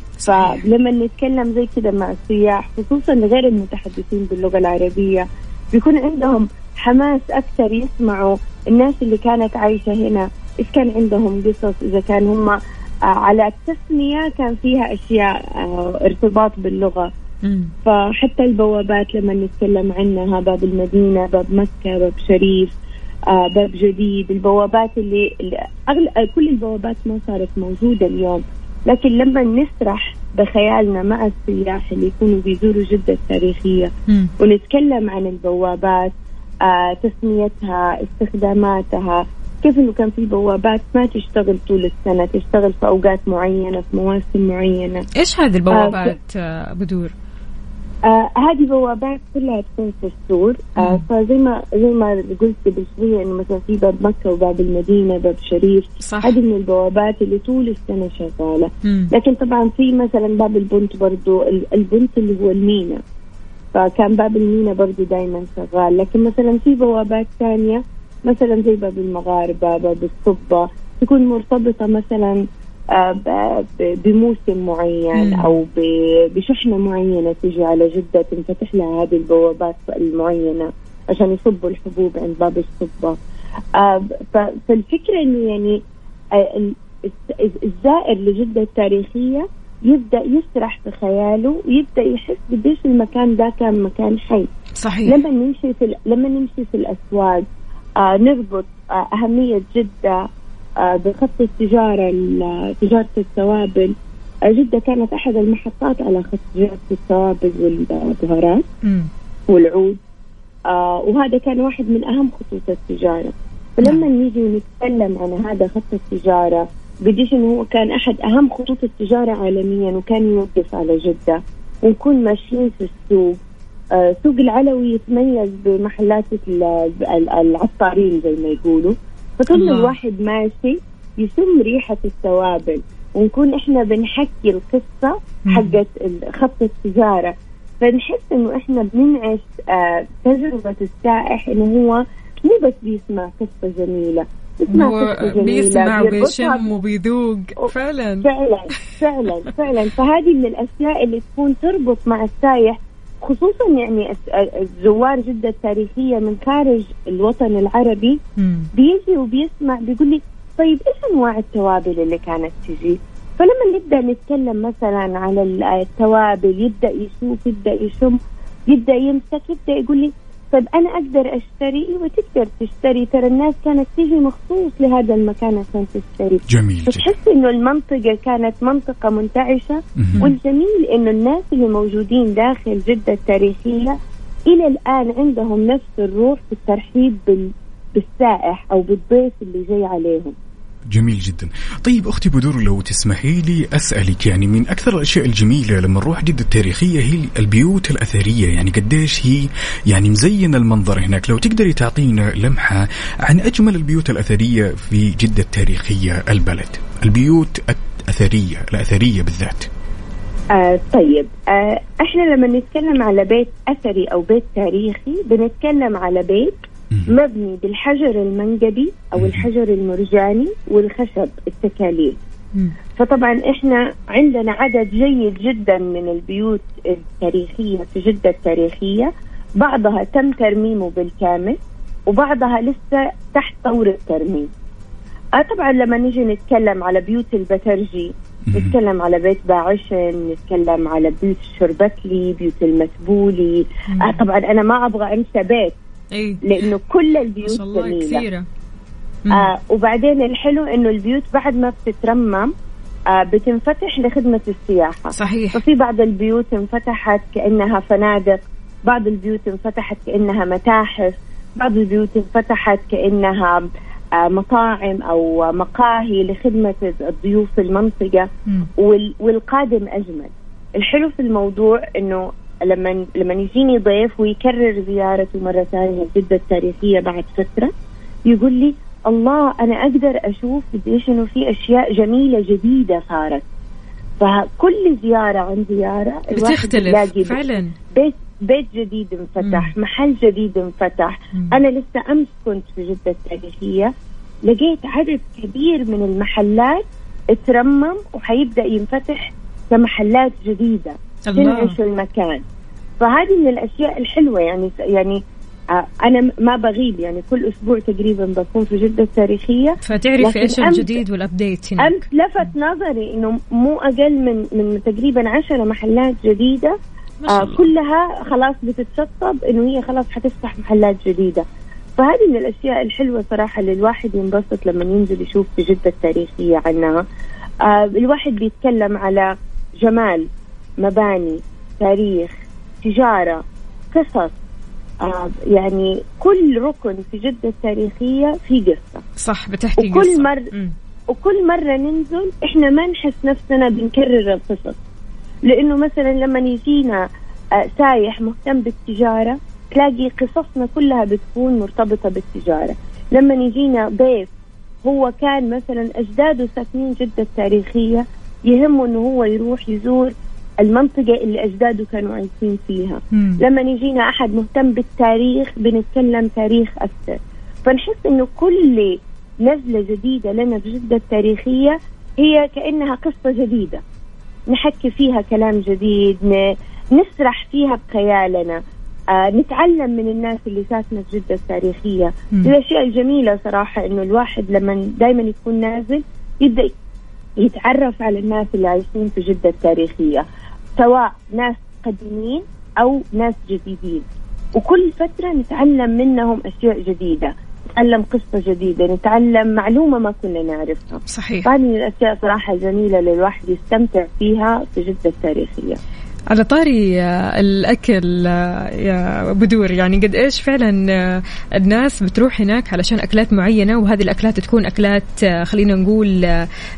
فلما نتكلم زي كده مع السياح، خصوصا غير المتحدثين باللغة العربية، بيكون عندهم حماس أكثر يسمعوا الناس اللي كانت عايشة هنا إيش كان عندهم قصص. إذا كان هم على التسمية كان فيها أشياء ارتباط باللغة. م. فحتى البوابات لما نتكلم عنها، باب المدينة، باب مكة، باب شريف، باب جديد، البوابات اللي, اللي أغل... كل البوابات ما صارت موجودة اليوم، لكن لما نسرح بخيالنا مع السياح اللي يكونوا بيزوروا جدة التاريخية م. ونتكلم عن البوابات، آه، تسميتها، استخداماتها، كيف إنه كان في بوابات ما تشتغل طول السنة، تشتغل في أوقات معينة، في مواسم معينة. إيش هذه البوابات آه بدور؟ آه هذه بوابات كلها تكون في السور. آه فزي ما زي ما قلت قبل شوية إنه مثلا في باب مكة وباب المدينة، باب شريف، هذه من البوابات اللي طول السنة شغالة. مم. لكن طبعا في مثلا باب البنت، برضو البنت اللي هو المينا، فكان باب المينا برضو دايما شغال. لكن مثلا في بوابات ثانية مثلا زي باب المغاربة، باب الصبة، تكون مرتبطة مثلا بموسم معين مم. أو بشحنة معينة تجي على جدة تنفتح لها هذه البوابات المعينة عشان يصبوا الحبوب عند باب الصبة. فالفكرة إنه يعني الزائر لجدة التاريخية يبدأ يسرح في خياله ويبدأ يحس قديش المكان ده كان مكان حي. صحيح. لما نمشي في لما نمشي في الأسواق، آه نربط آه أهمية جدة آه بخط التجارة، تجارة التوابل. آه جدة كانت أحد المحطات على خط تجارة التوابل والبهارات والعود، آه وهذا كان واحد من أهم خطوط التجارة. فلما نيجي نتكلم عن هذا خط التجارة، بديش إنه هو كان أحد أهم خطوط التجارة عالميا، وكان يوقف على جدة، ونكون ماشيين في السوق. آه سوق العلوي يتميز بمحلات العطارين زي ما يقولوا، فكل الواحد ماشي يشم ريحة التوابل، ونكون إحنا بنحكي القصة حقت خط التجارة، فنحس إنه إحنا بننعش آه تجربة السائح إنه هو مو بس بيسمع قصة جميلة، بيسمع قصة جميلة بيسمع وبيشم وبيذوق. فعلا فعلا فعلا فعلا. فهذه من الأشياء اللي تكون تربط مع السايح، خصوصا يعني الزوار جدة التاريخية من خارج الوطن العربي. بيجي وبيسمع بيقول لي طيب إيش أنواع التوابل اللي كانت تجي؟ فلما نبدأ نتكلم مثلا على التوابل يبدأ يشوف، يبدأ يشم، يبدأ يمسك، يبدأ يقول لي طيب أنا أقدر أشتري وتقدر تشتري، ترى الناس كانت تيجي مخصوص لهذا المكان عشان تشتري. جميل. بتحس إنه المنطقة كانت منطقة منتعشة. والجميل إنه الناس اللي موجودين داخل جدة التاريخية إلى الآن عندهم نفس الروح في الترحيب بالسائح أو بالضيف اللي جاي عليهم. جميل جدا. طيب أختي بدور لو تسمحي لي أسألك، يعني من أكثر الأشياء الجميلة لما نروح جدة التاريخية هي البيوت الأثرية، يعني قديش هي يعني مزينة المنظر هناك. لو تقدري تعطينا لمحة عن أجمل البيوت الأثرية في جدة التاريخية البلد، البيوت الأثرية الأثرية بالذات. آه طيب آه احنا لما نتكلم على بيت أثري أو بيت تاريخي بنتكلم على بيت مبني بالحجر المنجبي أو الحجر المرجاني والخشب التكاليل. فطبعا إحنا عندنا عدد جيد جدا من البيوت التاريخية في جدة التاريخية، بعضها تم ترميمه بالكامل وبعضها لسه تحت طور الترميم. آه طبعا لما نيجي نتكلم على بيوت البترجي، نتكلم على بيت باعشن، نتكلم على بيوت الشربتلي، بيوت المسبولي. آه طبعا أنا ما أبغى أنسى بيت إيه؟ لأنه كل البيوت جميلة. آه وبعدين الحلو إنه البيوت بعد ما بتترمم آه بتنفتح لخدمة السياحة. صحيح. ففي بعض البيوت انفتحت كأنها فنادق، بعض البيوت انفتحت كأنها متاحف، بعض البيوت انفتحت كأنها آه مطاعم أو مقاهي لخدمة الضيوف في المنطقة. وال والقادم أجمل. الحلو في الموضوع إنه لما لما يجيني ضيف ويكرر زيارته مرة ثانية جدة التاريخية بعد فترة، يقول لي الله أنا أقدر أشوف قديش إنه في أشياء جميلة جديدة صارت. فكل زيارة عن زيارة بتختلف فعلا. بيت بيت جديد انفتح، مم. محل جديد انفتح. مم. أنا لسه أمس كنت في جدة التاريخية، لقيت عدد كبير من المحلات اترمم وحيبدأ ينفتح كمحلات جديدة تنعش المكان. فهذه من الأشياء الحلوة. يعني يعني آه أنا ما بغيب، يعني كل أسبوع تقريبا بكون في جدة التاريخية، فتعرف إيش الجديد والأبديت هناك. أمس لفت نظري إنه مو أقل من من تقريبا عشرة محلات جديدة آه كلها خلاص بتتشطب إنه هي خلاص حتفتح محلات جديدة. فهذه من الأشياء الحلوة صراحة اللي الواحد ينبسط لما ينزل يشوف في جدة التاريخية عنها. آه الواحد بيتكلم على جمال مباني، تاريخ، تجارة، قصص. آه يعني كل ركن في جدة التاريخية في قصة. صح، بتحكي وكل قصة. مرة م. وكل مرة ننزل إحنا ما نحس نفسنا بنكرر القصص، لأنه مثلا لما يجينا آه سايح مهتم بالتجارة تلاقي قصصنا كلها بتكون مرتبطة بالتجارة. لما يجينا ضيف هو كان مثلا أجداده ساكنين جدة التاريخية، يهمه إنه هو يروح يزور المنطقة اللي أجداده كانوا عايشين فيها. مم. لما نجينا أحد مهتم بالتاريخ بنتكلم تاريخ أكثر. فنحس إنه كل نزلة جديدة لنا في جدة التاريخية هي كأنها قصة جديدة نحكي فيها كلام جديد، نسرح فيها بخيالنا، آه، نتعلم من الناس اللي ساكنة في جدة التاريخية. الأشياء الجميلة صراحة إنه الواحد لما دايما يكون نازل يبدأ يتعرف على الناس اللي عايشين في جدة التاريخية، سواء ناس قديمين أو ناس جديدين، وكل فترة نتعلم منهم أشياء جديدة، نتعلم قصة جديدة، نتعلم معلومة ما كنا نعرفها. صحيح. هذه الأشياء صراحة جميلة للواحد يستمتع فيها في جدة التاريخية. على طاري الأكل يا بدور، يعني قد إيش فعلا الناس بتروح هناك علشان أكلات معينة، وهذه الأكلات تكون أكلات خلينا نقول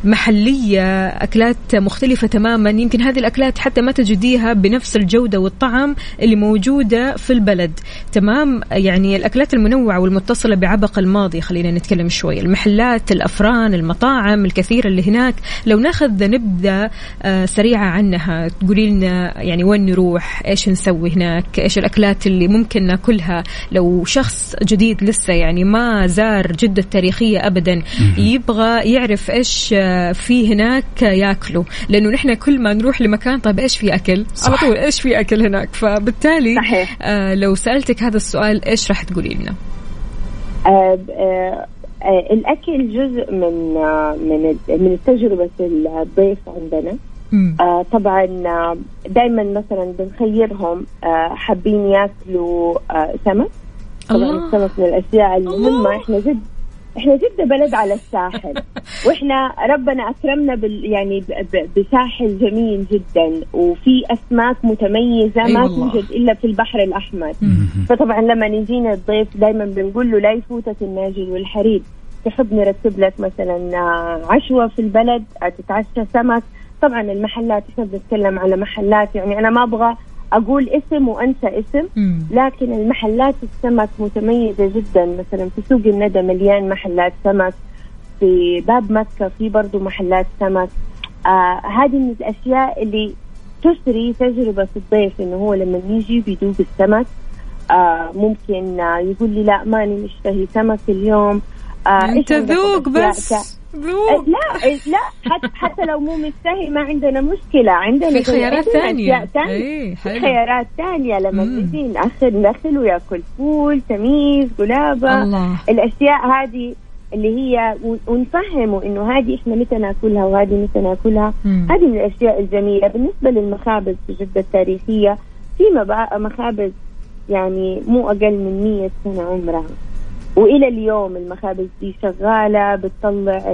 محلية، أكلات مختلفة تماما. يمكن هذه الأكلات حتى ما تجديها بنفس الجودة والطعم اللي موجودة في البلد. تمام، يعني الأكلات المنوعة والمتصلة بعبق الماضي. خلينا نتكلم شوي المحلات، الأفران، المطاعم الكثيرة اللي هناك. لو ناخذ نبذة سريعة عنها، تقولي لنا يعني وين نروح، إيش نسوي هناك، إيش الأكلات اللي ممكن ناكلها لو شخص جديد لسه يعني ما زار جدة التاريخية أبدا يبغى يعرف إيش في هناك ياكله، لأنه نحن كل ما نروح لمكان طيب إيش في أكل على طول، إيش في أكل هناك. فبالتالي صحيح. آه لو سألتك هذا السؤال إيش راح تقولي لنا؟ آه آه آه الأكل جزء من آه من من تجربة الضيف عندنا. آه طبعا آه دائما مثلا بنخيرهم آه حابين ياكلوا آه سمك. طبعا السمك من الأشياء المهمة. إحنا جد إحنا جدة بلد على الساحل وإحنا ربنا أكرمنا بال يعني بساحل جميل جدا وفي أسماك متميزة ما توجد إلا في البحر الأحمر. فطبعا لما نجينا الضيف دايما بنقول له لا يفوتك الناجل والحريد. تحب نرتب لك مثلا عشوة في البلد تتعشى سمك. طبعا المحلات إحنا بنتكلم على محلات يعني أنا ما أبغى أقول اسم وأنسى اسم مم. لكن المحلات السمك متميزة جدا. مثلا في سوق الندى مليان محلات سمك، في باب مكة في برضو محلات سمك. آه هذه من الأشياء اللي تسري تجربة الضيف إنه هو لما يجي بيدوق السمك آه ممكن آه يقول لي لا ماني مشتهي سمك اليوم. آه أنت ذوق بس ذوق. لا لا حتى حتى لو مو مستهي ما عندنا مشكلة. عندنا في خيارات ثانية. ايه خيارات ثانية لما نجي نأخذ نخل ويأكل فول تميز قلابة الله. الأشياء هذه اللي هي ونفهمه إنه هذه إحنا متى نأكلها وهذه متى نأكلها. هذه من الأشياء الجميلة. بالنسبة للمخابز في جدة التاريخية في مخابز يعني مو أقل من مية سنة عمرها وإلى اليوم المخابز دي شغالة بتطلع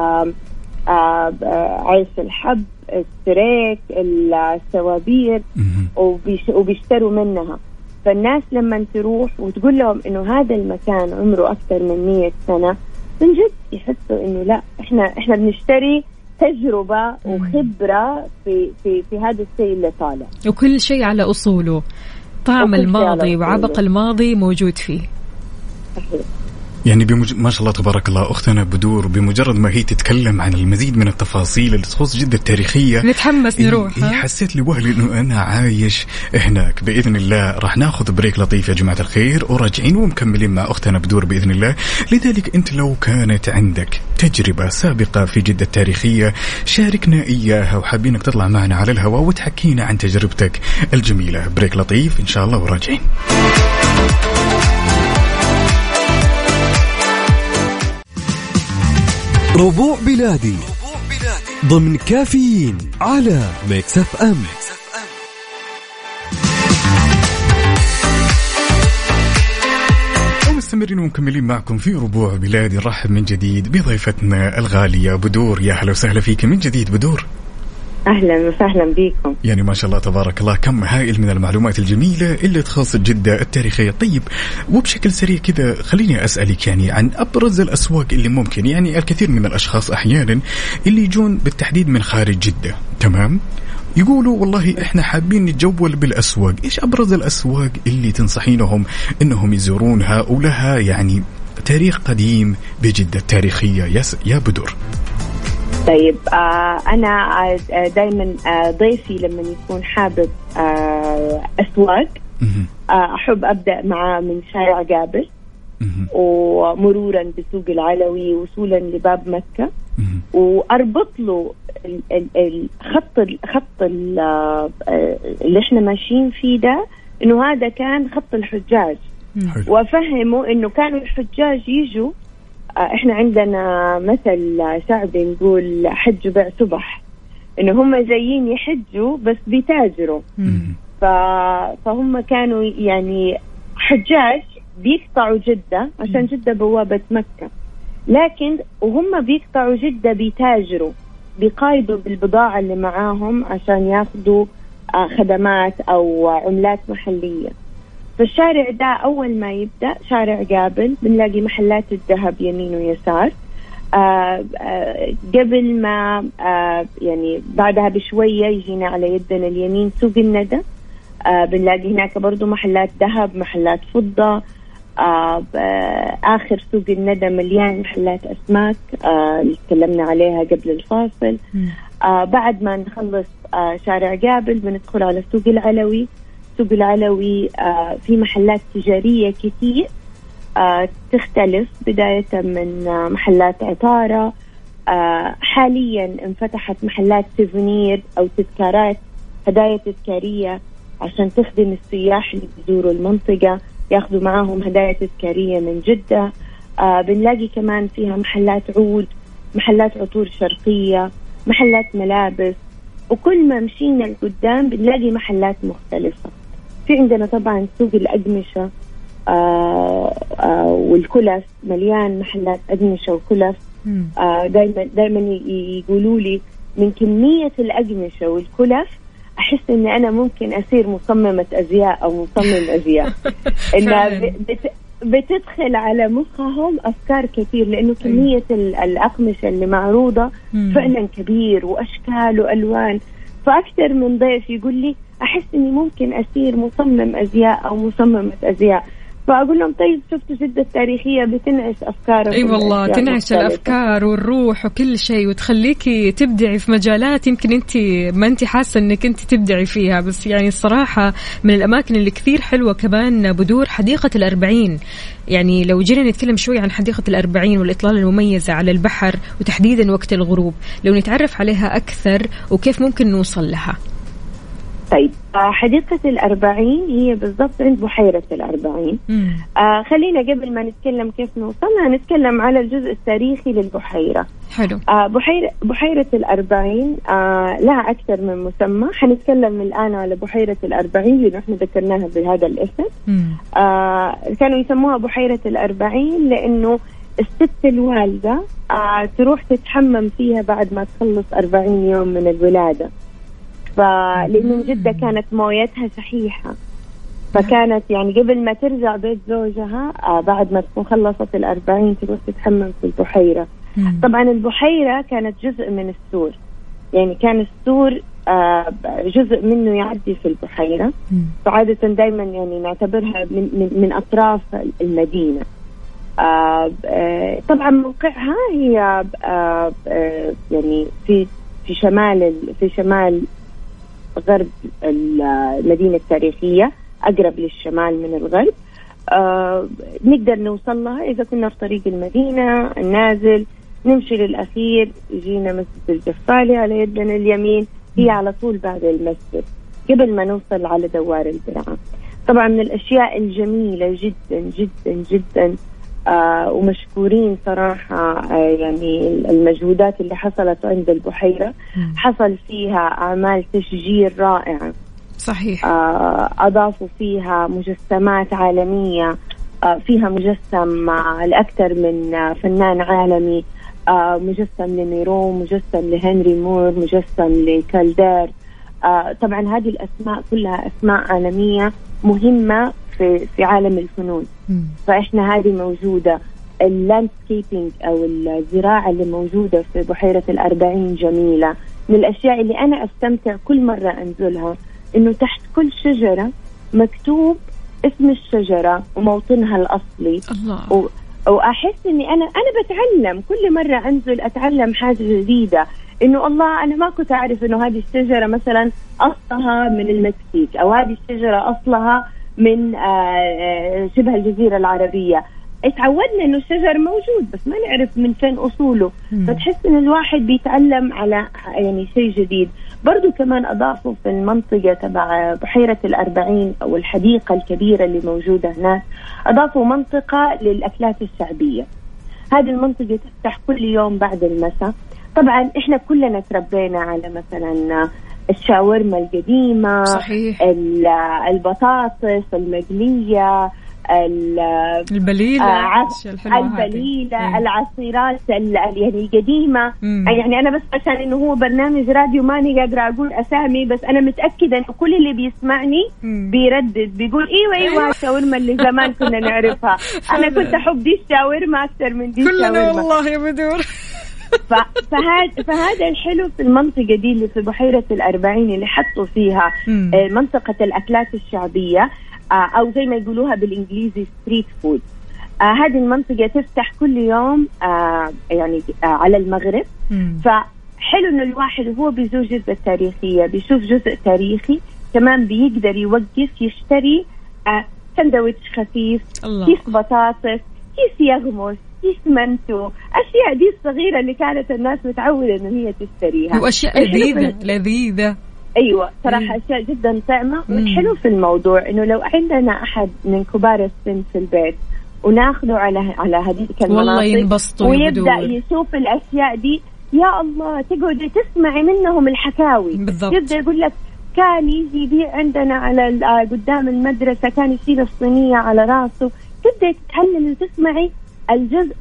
عيش الحب السريك السوابير وبيشتروا منها. فالناس لما تروح وتقول لهم إنه هذا المكان عمره أكثر من مية سنة من جد يحسوا إنه لا إحنا إحنا بنشتري تجربة وخبرة في في في هذا الشيء اللي طالع. وكل شيء على أصوله. طعم الماضي وعبق الماضي موجود فيه. يعني بمج... ما شاء الله تبارك الله أختنا بدور بمجرد ما هي تتكلم عن المزيد من التفاصيل اللي تخص جدة التاريخية نتحمس نروح. إيه حسيت لي وهلي إنه أنا عايش هناك. بإذن الله راح ناخذ بريك لطيف يا جماعة الخير وراجعين ومكملين مع أختنا بدور بإذن الله. لذلك أنت لو كانت عندك تجربة سابقة في جدة التاريخية شاركنا إياها وحابينك تطلع معنا على الهواء وتحكينا عن تجربتك الجميلة. بريك لطيف إن شاء الله وراجعين. ربوع بلادي ضمن كافيين على ميكس اف ام. ومستمرين ومكملين معكم في ربوع بلادي. نرحب من جديد بضيفتنا الغالية بدور. يا هلا وسهلا فيك من جديد بدور. أهلا وسهلا بكم. يعني ما شاء الله تبارك الله كم هائل من المعلومات الجميلة اللي تخص جدة التاريخية. طيب وبشكل سريع كذا خليني أسألك يعني عن أبرز الأسواق اللي ممكن يعني الكثير من الأشخاص أحيانا اللي يجون بالتحديد من خارج جدة تمام يقولوا والله إحنا حابين نتجول بالأسواق. إيش أبرز الأسواق اللي تنصحينهم إنهم يزورونها ولها يعني تاريخ قديم بجدة التاريخية يا يا بدور؟ طيب آه أنا دايما آه ضيفي لما يكون حابب آه أسواق آه أحب أبدأ معاه من شارع جابر ومرورا بسوق العلوي وصولا لباب مكة وأربط له الخط الخط اللي احنا ماشيين فيه ده إنه هذا كان خط الحجاج وأفهمه إنه كانوا الحجاج يجوا. احنا عندنا مثل شعبي نقول حج بيع صبح انه هم جايين يحجوا بس بيتاجروا. فهم كانوا يعني حجاج بيقطعوا جدة عشان جدة بوابة مكة لكن وهم بيقطعوا جدة بيتاجروا بيقايدوا بالبضاعة اللي معاهم عشان ياخدوا خدمات أو عملات محلية. فالشارع ده أول ما يبدأ شارع قابل بنلاقي محلات الذهب يمين ويسار. آه آه قبل ما آه يعني بعدها بشوية يجينا على يدنا اليمين سوق الندى. آه بنلاقي هناك برضو محلات ذهب محلات فضة. آه آخر سوق الندى مليان محلات أسماك آه اللي تكلمنا عليها قبل الفاصل. آه بعد ما نخلص آه شارع قابل بندخل على سوق العلوي. سوق العلوي آه في محلات تجارية كثير آه تختلف، بداية من آه محلات عطارة. آه حاليا انفتحت محلات سيفونير أو تذكارات، هدايا تذكارية عشان تخدم السياح اللي بيزوروا المنطقة، ياخذوا معاهم هدايا تذكارية من جدة. آه بنلاقي كمان فيها محلات عود، محلات عطور شرقية، محلات ملابس، وكل ما مشينا لقدام بنلاقي محلات مختلفة. في عندنا طبعا سوق الأقمشة آه آه والكلف، مليان محلات أقمشة وكلف. آه دايما دايما يقولوا لي من كمية الأقمشة والكلف أحس إن أنا ممكن أصير مصممة أزياء أو مصمم أزياء. إنها بت بتدخل على مخهم أفكار كثير، لأنه كمية الأقمشة اللي معروضة فعلا كبير وأشكال وألوان. فأكثر من ضيف يقول لي أحس إني ممكن أصير مصمم أزياء أو مصممة أزياء. فأقول لهم طيب شفتوا جدة التاريخية بتنعش أفكار. أي والله تنعش مختلفة. الأفكار والروح وكل شيء، وتخليكي تبدعي في مجالات يمكن أنت ما أنت حاسة أنك أنت تبدعي فيها. بس يعني الصراحة من الأماكن اللي كثير حلوة كمان بدور حديقة الأربعين. يعني لو جينا نتكلم شوي عن حديقة الأربعين والإطلالة المميزة على البحر وتحديدا وقت الغروب، لو نتعرف عليها أكثر وكيف ممكن نوصل لها. طيب حديقة الأربعين هي بالضبط عند بحيرة الأربعين. آه خلينا قبل ما نتكلم كيف نوصلها نتكلم على الجزء التاريخي للبحيرة. حلو. آه بحيرة بحيرة الأربعين آه لها أكثر من مسمى. حنتكلم الآن على بحيرة الأربعين لأنه إحنا ذكرناها بهذا الاسم. آه كانوا يسموها بحيرة الأربعين لأنه الست الوالدة آه تروح تتحمم فيها بعد ما تخلص أربعين يوم من الولادة. فلأنه جدة كانت مويتها شحيحة، فكانت يعني قبل ما ترجع بيت زوجها آه بعد ما تكون خلصت الأربعين تروح تتحمم في البحيرة. طبعا البحيرة كانت جزء من السور، يعني كان السور آه جزء منه يعدي في البحيرة. فعادة دايما يعني نعتبرها من, من, من أطراف المدينة. آه آه طبعا موقعها هي آه آه يعني في في شمال في شمال غرب المدينة التاريخية، أقرب للشمال من الغرب. آه نقدر نوصل لها إذا كنا في طريق المدينة النازل، نمشي للأخير يجينا مسجد الجفالي على يدنا اليمين، هي على طول بعد المسجد قبل ما نوصل على دوار البرعة. طبعا من الأشياء الجميلة جدا جدا جدا آه ومشكورين صراحة آه يعني المجهودات اللي حصلت عند البحيرة. حصل فيها أعمال تشجير رائعة. صحيح. آه أضافوا فيها مجسمات عالمية. آه فيها مجسم آه لأكثر من آه فنان عالمي. آه مجسم لميرو، مجسم لهنري مور، مجسم لكالدير. آه طبعا هذه الأسماء كلها أسماء عالمية مهمة في في عالم الفنون. مم. فإحنا هذه موجودة. اللاندسكيبينج أو الزراعة اللي موجودة في بحيرة الأربعين جميلة. من الأشياء اللي أنا أستمتع كل مرة أنزلها إنه تحت كل شجرة مكتوب اسم الشجرة وموطنها الأصلي. الله. و... وأحس إني أنا أنا بتعلم كل مرة أنزل أتعلم حاجة جديدة. إنه الله أنا ما كنت أعرف إنه هذه الشجرة مثلا أصلها من المكسيك، أو هذه الشجرة أصلها من شبه الجزيرة العربية. اتعودنا إنه الشجر موجود بس ما نعرف من فين أصوله. مم. فتحس إن الواحد بيتعلم على يعني شيء جديد. برضو كمان أضافوا في المنطقة تبع بحيرة الأربعين أو الحديقة الكبيرة اللي موجودة هناك، أضافوا منطقة للأكلات الشعبية. هذه المنطقة تفتح كل يوم بعد المساء. طبعا إحنا كلنا تربينا على مثلا الشاورما القديمة. صحيح. البطاطس المقلية، البليلة، آه البليلة، العصيرات يعني القديمة. مم. يعني أنا بس عشان إنه هو برنامج راديو ماني قادرة أقول أسامي، بس أنا متأكدة إنه كل اللي بيسمعني مم. بيردد بيقول إيوه إيوه الشاورما اللي زمان كنا نعرفها. أنا كنت أحب دي الشاورما أكثر من دي الشاورما. كلنا والله يا بدور. فهذا فهذا الحلو في المنطقة دي اللي في بحيرة الأربعين اللي حطوا فيها مم. منطقة الأكلات الشعبية، أو زي ما يقولوها بالإنجليزي ستريت فود. آه هذه المنطقة تفتح كل يوم آه يعني آه على المغرب. مم. حلو إنه الواحد وهو بيزور جدة تاريخية بيشوف جزء تاريخي، كمان بيقدر يوقف يشتري آه سندويتش خفيف، كيس بطاطس، كيس يغمس، كيس منتو، أشياء دي الصغيرة اللي كانت الناس متعودة إنه هي تشتريها، وأشياء لذيذة لذيذة. أيوة صراحة أشياء جدا طعمة. والحلو في الموضوع إنه لو عندنا أحد من كبار السن في البيت وناخذه على على هذيك المناطق ويبدأ يشوف الأشياء دي، يا الله تقعدي تسمعي منهم الحكاوي. بالضبط. يبدأ يقول لك كان يجي يبيع عندنا على قدام المدرسة، كان يشيل الصينية على راسه. تبدأ تتعلمي وتسمعي الجزء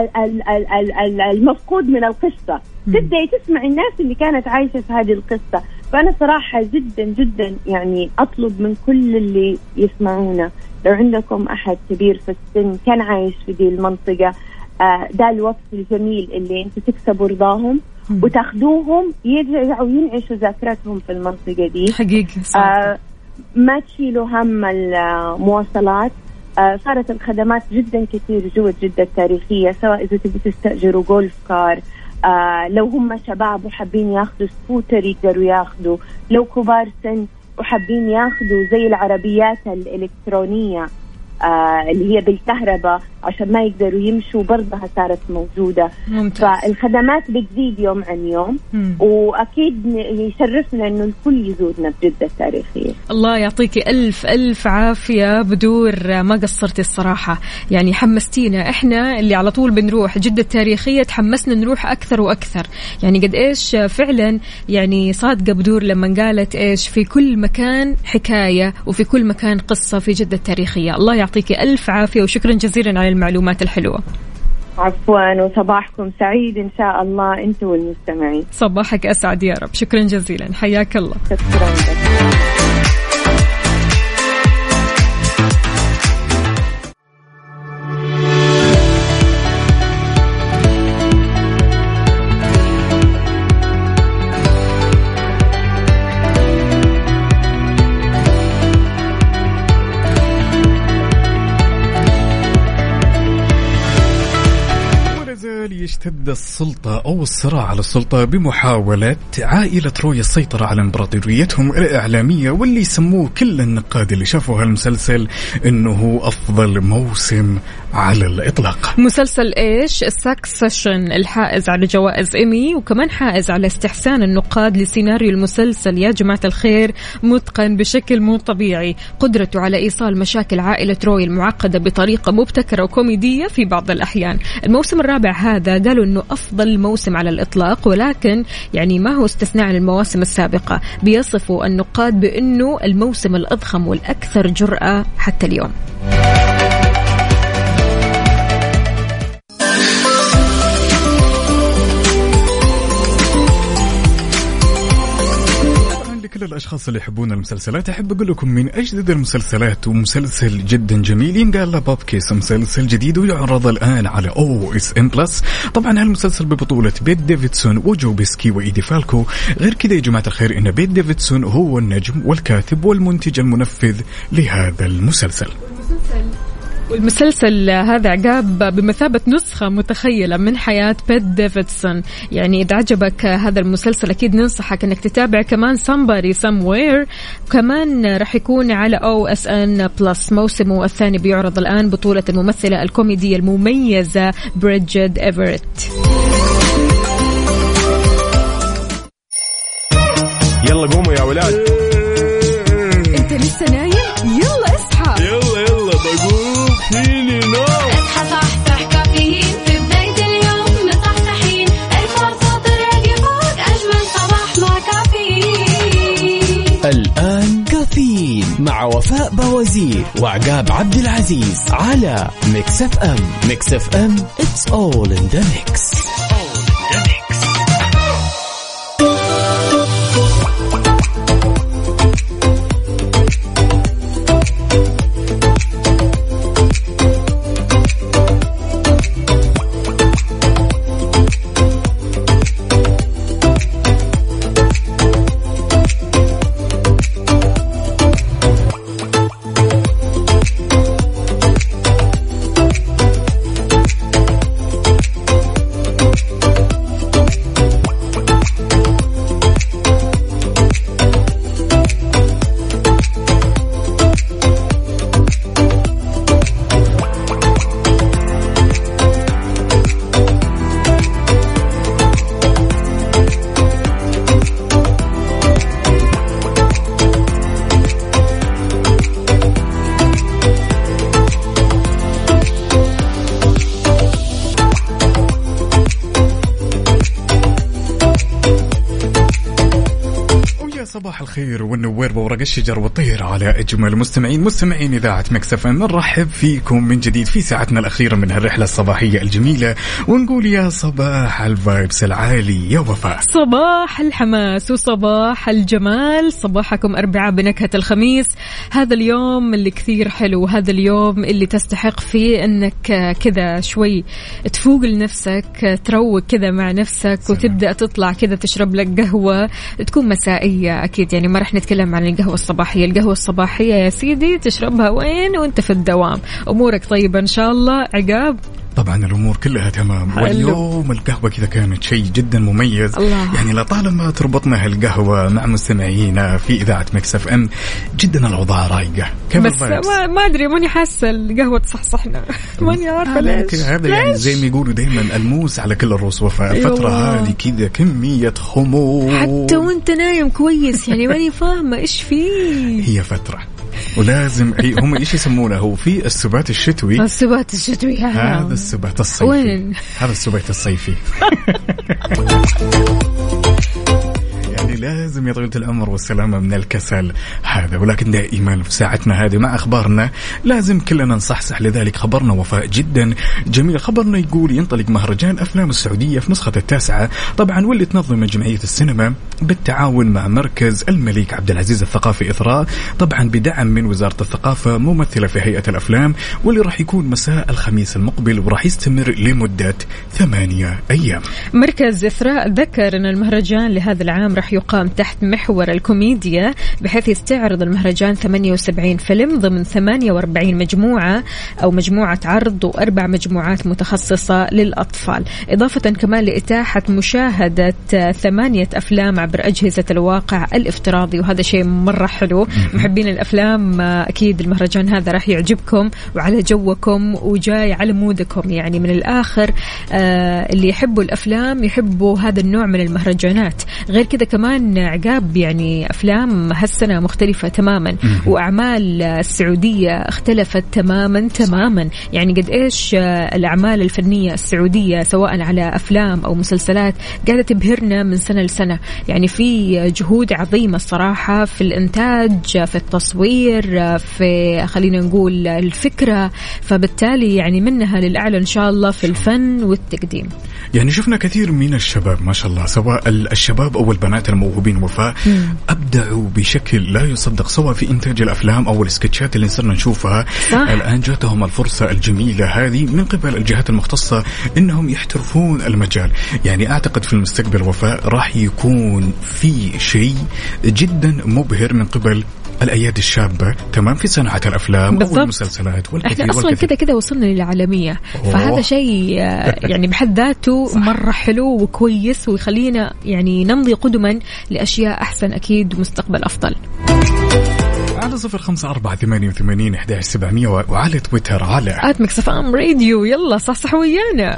المفقود من القصة، تبدأ تسمعي الناس اللي كانت عايشة في هذه القصة. فأنا صراحة جدا جدا يعني أطلب من كل اللي يسمعونا، لو عندكم أحد كبير في السن كان عايش في دي المنطقة، آه ده الوقت الجميل اللي انتوا تكسبوا رضاهم وتاخدوهم يرجعوا ينعشوا ذاكرتهم في المنطقة دي حقيقي. آه ما تشيلوا هم المواصلات. آه صارت الخدمات جدا كثير جوا جدة التاريخية، سواء إذا تبي تستأجروا جولف كار، آه لو هم شباب وحابين ياخدوا سكوتر يقدروا ياخدوا، لو كبار سن وحابين ياخدوا زي العربيات الإلكترونية آه اللي هي بالكهرباء عشان ما يقدروا يمشوا، برضها صارت موجودة. ممتاز. فالخدمات بتزيد يوم عن يوم. مم. وأكيد يشرفنا إنه الكل يزورنا بجدة التاريخية. الله يعطيكي ألف ألف عافية بدور، ما قصرتي الصراحة، يعني حمستينا. إحنا اللي على طول بنروح جدة التاريخية تحمسنا نروح أكثر وأكثر. يعني قد إيش فعلا يعني صادقة بدور لما قالت إيش في كل مكان حكاية وفي كل مكان قصة في جدة التاريخية. الله يعطيكي ألف عافية وشكرا جزيلا على المعلومات الحلوة. عفوا، وصباحكم سعيد إن شاء الله أنتوا والمستمعين. صباحك أسعد يا رب. شكرا جزيلا، حياك الله. شكرا. يشتد السلطة أو الصراع على السلطة بمحاولة عائلة روي السيطرة على إمبراطوريتهم الإعلامية، واللي يسموه كل النقاد اللي شافوا هالمسلسل إنه أفضل موسم على الإطلاق. مسلسل إيش؟ سكسيشن، الحائز على جوائز إيمي وكمان حائز على استحسان النقاد لسيناريو المسلسل. يا جماعة الخير متقن بشكل مو طبيعي، قدرته على إيصال مشاكل عائلة روي المعقدة بطريقة مبتكرة وكوميدية في بعض الأحيان. الموسم الرابع هذا قالوا إنه أفضل موسم على الإطلاق، ولكن يعني ما هو استثناء عن المواسم السابقة. بيصفوا النقاد بأنه الموسم الأضخم والأكثر جرأة حتى اليوم. كل الأشخاص اللي يحبون المسلسلات أحب أقول لكم من أجدد المسلسلات ومسلسل جدا جميل ينقال له باب كيس، مسلسل جديد ويعرض الآن على أو إس إم بلس. طبعا هالمسلسل ببطولة بيت ديفيدسون وجو بيسكي وإيدي فالكو. غير كده يا جماعة الخير إن بيت ديفيدسون هو النجم والكاتب والمنتج المنفذ لهذا المسلسل. والمسلسل هذا عقاب بمثابة نسخة متخيلة من حياة بيت ديفيدسون. يعني إذا عجبك هذا المسلسل أكيد ننصحك أنك تتابع كمان Somebody Somewhere، كمان رح يكون على أو إس إن بلس. موسمه الثاني بيعرض الآن، بطولة الممثلة الكوميدية المميزة بريدجيت إيفرت. يلا قوموا يا ولاد. أنت لسه نايم؟ يلا اصحى. يلا يلا بقوم فيني نوم. اصحى صحصح كافيين في بداية اليوم مصحصحين، الفرصة تراقي فوق أجمل صباح مع كافيين. الآن كافيين مع وفاء بوازير وعقاب عبد العزيز على ميكس اف ام. ميكس اف ام it's all in the mix. صباح الخير والنوير بورق الشجر والطير على أجمل مستمعين مستمعين إذاعة ميكس إف إم. نرحب فيكم من جديد في ساعتنا الأخيرة من هالرحلة الصباحية الجميلة، ونقول يا صباح الفايبس العالي يا وفاء، صباح الحماس وصباح الجمال. صباحكم أربعاء بنكهة الخميس، هذا اليوم اللي كثير حلو، هذا اليوم اللي تستحق فيه أنك كذا شوي تفوق لنفسك، تروق كذا مع نفسك سلام. وتبدأ تطلع كذا تشرب لك قهوة تكون مسائية أكيد، يعني ما رح نتكلم عن القهوة الصباحية. القهوة الصباحية يا سيدي تشربها وين وانت في الدوام، أمورك طيبة إن شاء الله. عقاب طبعا الأمور كلها تمام، حلو. واليوم القهوة كذا كانت شيء جدا مميز الله. يعني لطالما تربطنا هالقهوة مع مستمعينا في إذاعة ميكس إف إم جدا الأوضاع رايقة. بس ما, ما أدري ماني حاسة القهوة تصحصحنا ماني عارفة ليش. هذا يعني زي ما يقولوا دايما الموس على كل الرؤوس وفاء. الفترة هذه كذا كمية خمول حتى وانت نايم كويس، يعني ماني فاهمة إيش فيه. هي فترة ولازم هم ايش يسمونه، هو في السبات الشتوي، السبات الشتوي هذا السبات الصيفي. وين هذا السبات الصيفي يعني لازم يا طويلة العمر والسلامة من الكسل هذا. ولكن دائما في ساعتنا هذه مع أخبارنا لازم كلنا نصحصح، لذلك خبرنا وفاء جدا جميل. خبرنا يقول ينطلق مهرجان أفلام السعودية في نسخة التاسعة طبعا، واللي تنظم جمعية السينما بالتعاون مع مركز الملك عبد العزيز الثقافي إثراء، طبعا بدعم من وزارة الثقافة ممثلة في هيئة الأفلام، واللي راح يكون مساء الخميس المقبل وراح يستمر لمدة ثمانية أيام. مركز إثراء ذكر أن المهرجان لهذا العام راح يقام تحت محور الكوميديا، بحيث يستعرض المهرجان ثمانية وسبعين فيلم ضمن ثمانية وأربعين مجموعة أو مجموعة عرض وأربع مجموعات متخصصة للأطفال، إضافة كمان لإتاحة مشاهدة ثمانية أفلام عبر أجهزة الواقع الافتراضي، وهذا شيء مرة حلو. محبين الأفلام أكيد المهرجان هذا راح يعجبكم وعلى جوكم وجاي على مودكم، يعني من الآخر آه اللي يحبوا الأفلام يحبوا هذا النوع من المهرجانات. غير كذا كمان عقاب يعني أفلام هالسنة مختلفة تماما، وأعمال السعودية اختلفت تماما تماما، يعني قد إيش الأعمال الفنية السعودية سواء على أفلام أو مسلسلات قاعدة تبهرنا من سنة لسنة، يعني في جهود عظيمة الصراحة في الإنتاج، في التصوير، في خلينا نقول الفكرة، فبالتالي يعني منها للأعلى إن شاء الله في الفن والتقديم. يعني شفنا كثير من الشباب ما شاء الله، سواء الشباب أو البنات الموهوبين وفاء، أبدعوا بشكل لا يصدق، سواء في إنتاج الأفلام أو السكتشات اللي صرنا نشوفها. صح. الآن جاتهم الفرصة الجميلة هذه من قبل الجهات المختصة إنهم يحترفون المجال. يعني أعتقد في المستقبل وفاء راح يكون في شيء جدا مبهر من قبل الأيادي الشابة تمام في صناعة الأفلام بالضبط. أو المسلسلات والكثير. احنا أصلا كده كده وصلنا للعالمية، فهذا شيء يعني بحد ذاته مرة حلو وكويس، ويخلينا يعني نمضي قدما لأشياء أحسن أكيد ومستقبل أفضل. على صفر خمسة أربعة ثمانية وثمانين إحدى عشر سبعمية وعلى تويتر على آت ميكس إف إم راديو. يلا صح ويانا.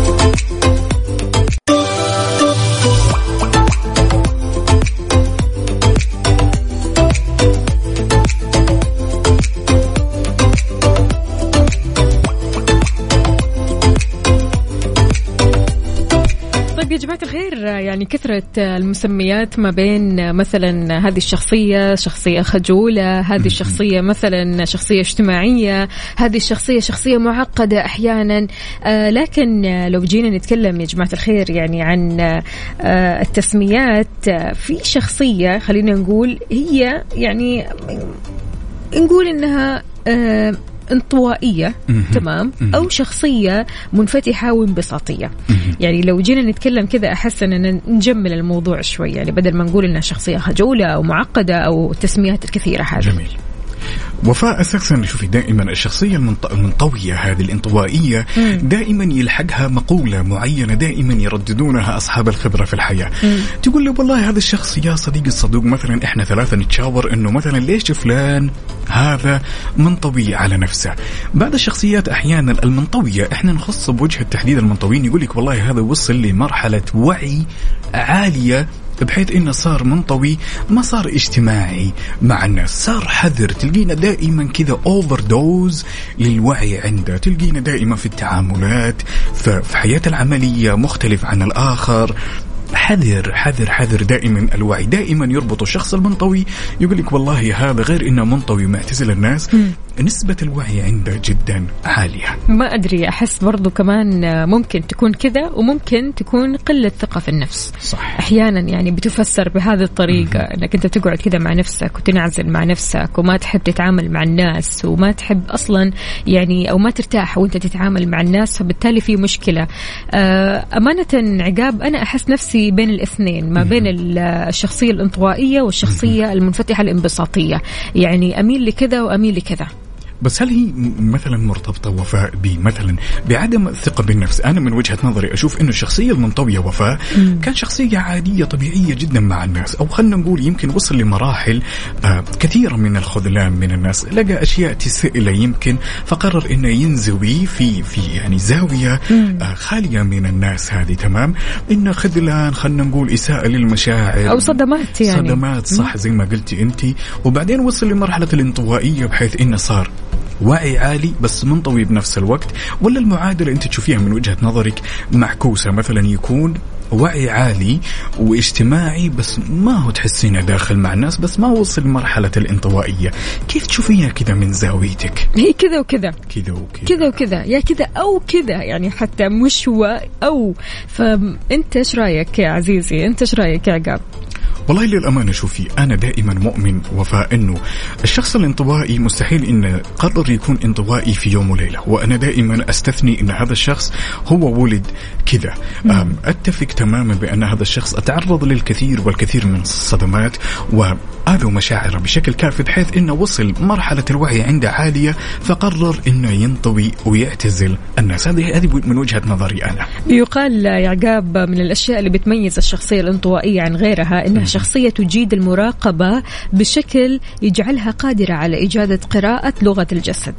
يا جماعة الخير، يعني كثرة المسميات ما بين مثلا هذه الشخصية شخصية خجولة، هذه الشخصية مثلا شخصية اجتماعية، هذه الشخصية شخصية معقدة أحيانا. آه لكن لو جينا نتكلم يا جماعة الخير يعني عن آه التسميات، آه في شخصية خلينا نقول هي يعني نقول إنها آه انطوائية تمام، أو شخصية منفتحة وانبساطية. يعني لو جينا نتكلم كذا أحس أننا نجمل الموضوع شوي، يعني بدل ما نقول إنها شخصية خجولة أو معقدة أو التسميات الكثيرة هذه. جميل. وفاء أساسا شوفي دائما الشخصية المنطوية هذه الانطوائية دائما يلحقها مقولة معينة دائما يرددونها أصحاب الخبرة في الحياة. مم. تقول له والله هذا الشخص يا صديق الصدوق مثلا إحنا ثلاثة نتشاور إنه مثلا ليش فلان هذا منطوي على نفسه. بعض الشخصيات أحيانا المنطوية إحنا نخص بوجه التحديد المنطويين، يقول لك والله هذا وصل لمرحلة وعي عالية بحيث إنه صار منطوي، ما صار اجتماعي مع الناس، صار حذر. تلقينا دائما كذا أوفر دوز للوعي عنده، تلقينا دائما في التعاملات في حياة العملية مختلف عن الآخر. حذر حذر حذر دائما. الوعي دائما يربط الشخص المنطوي، يقول لك والله هذا غير إنه منطوي معتزل الناس، م. نسبة الوعي عنده جدا عالية. ما أدري، أحس برضو كمان ممكن تكون كذا وممكن تكون قلة ثقة في النفس. صح. أحيانا يعني بتفسر بهذه الطريقة، م. أنك أنت تقعد كذا مع نفسك وتنعزل مع نفسك وما تحب تتعامل مع الناس وما تحب أصلا يعني أو ما ترتاح وأنت تتعامل مع الناس، فبالتالي في مشكلة. أمانة عقاب أنا أحس نفسي بين الاثنين، ما بين الشخصية الانطوائية والشخصية المنفتحة الانبساطية، يعني أميل لكذا وأميل لكذا. بس هل هي مثلا مرتبطة وفاء بمثلا بعدم الثقة بالنفس؟ أنا من وجهة نظري أشوف إنه الشخصية المنطوية وفاء مم. كان شخصية عادية طبيعية جدا مع الناس، أو خلنا نقول يمكن وصل لمراحل آه كثيرة من الخذلان من الناس، لقى أشياء تسئله يمكن، فقرر إنه ينزوي في في يعني زاوية آه خالية من الناس هذه. تمام، إنه خذلان، خلنا نقول إساءة للمشاعر أو صدمات، يعني صدمات صح زي ما قلتي أنت، وبعدين وصل لمرحلة الانطوائية بحيث إنه صار وعي عالي بس منطوي بنفس الوقت. ولا المعادلة أنت تشوفيها من وجهة نظرك معكوسة، مثلا يكون وعي عالي واجتماعي بس ما هو تحسينه داخل مع الناس، بس ما وصل لمرحلة الانطوائية؟ كيف تشوفيها كذا من زاويتك؟ هي كذا وكذا كذا وكذا كذا وكذا، يا كذا أو كذا، يعني حتى مش و أو. فأنت إيش رأيك يا عزيزي؟ أنت إيش رأيك يا عقاب؟ والله للأمانة شوفي، أنا دائما مؤمن وفاء إنه الشخص الانطوائي مستحيل إنه قرر يكون انطوائي في يوم وليلة، وأنا دائما أستثني إن هذا الشخص هو ولد كذا. أتفق تماما بأن هذا الشخص أتعرض للكثير والكثير من الصدمات وآذوا مشاعره بشكل كافي، بحيث إنه وصل مرحلة الوعي عنده عالية، فقرر إنه ينطوي ويعتزل الناس. هذه هذه من وجهة نظري أنا. يقال يا عقاب من الأشياء اللي بتميز الشخصية الانطوائية عن غيرها إنها شخصية تجيد المراقبة بشكل يجعلها قادرة على إجادة قراءة لغة الجسد.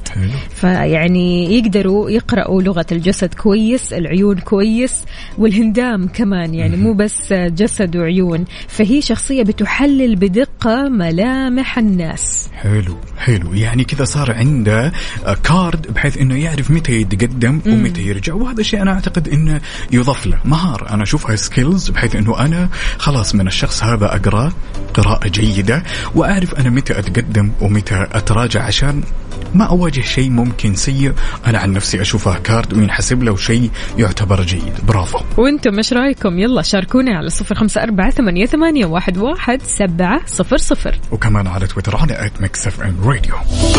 فيعني يقدروا يقرأوا لغة الجسد كويس، العيون كويس، والهندام كمان، يعني مو بس جسد وعيون. فهي شخصية بتحلل بدقة ملامح الناس. حلو حلو، يعني كذا صار عنده كارد بحيث إنه يعرف متى يتقدم ومتى يرجع، وهذا الشيء أنا أعتقد إنه يضاف له مهارة. أنا أشوفها سكيلز، بحيث إنه أنا خلاص من الشخص هذا أقرأ قراءة جيدة وأعرف أنا متى أتقدم ومتى أتراجع عشان ما أواجه شيء ممكن سيء. أنا عن نفسي أشوفها كارد وينحسب له شيء يعتبر جيد. برافو. وانتم مش رأيكم؟ يلا شاركونا على صفر خمسة أربعة ثمانية ثمانية واحد واحد سبعة صفر صفر، وكمان على تويتر على آت ميكس إف إم راديو.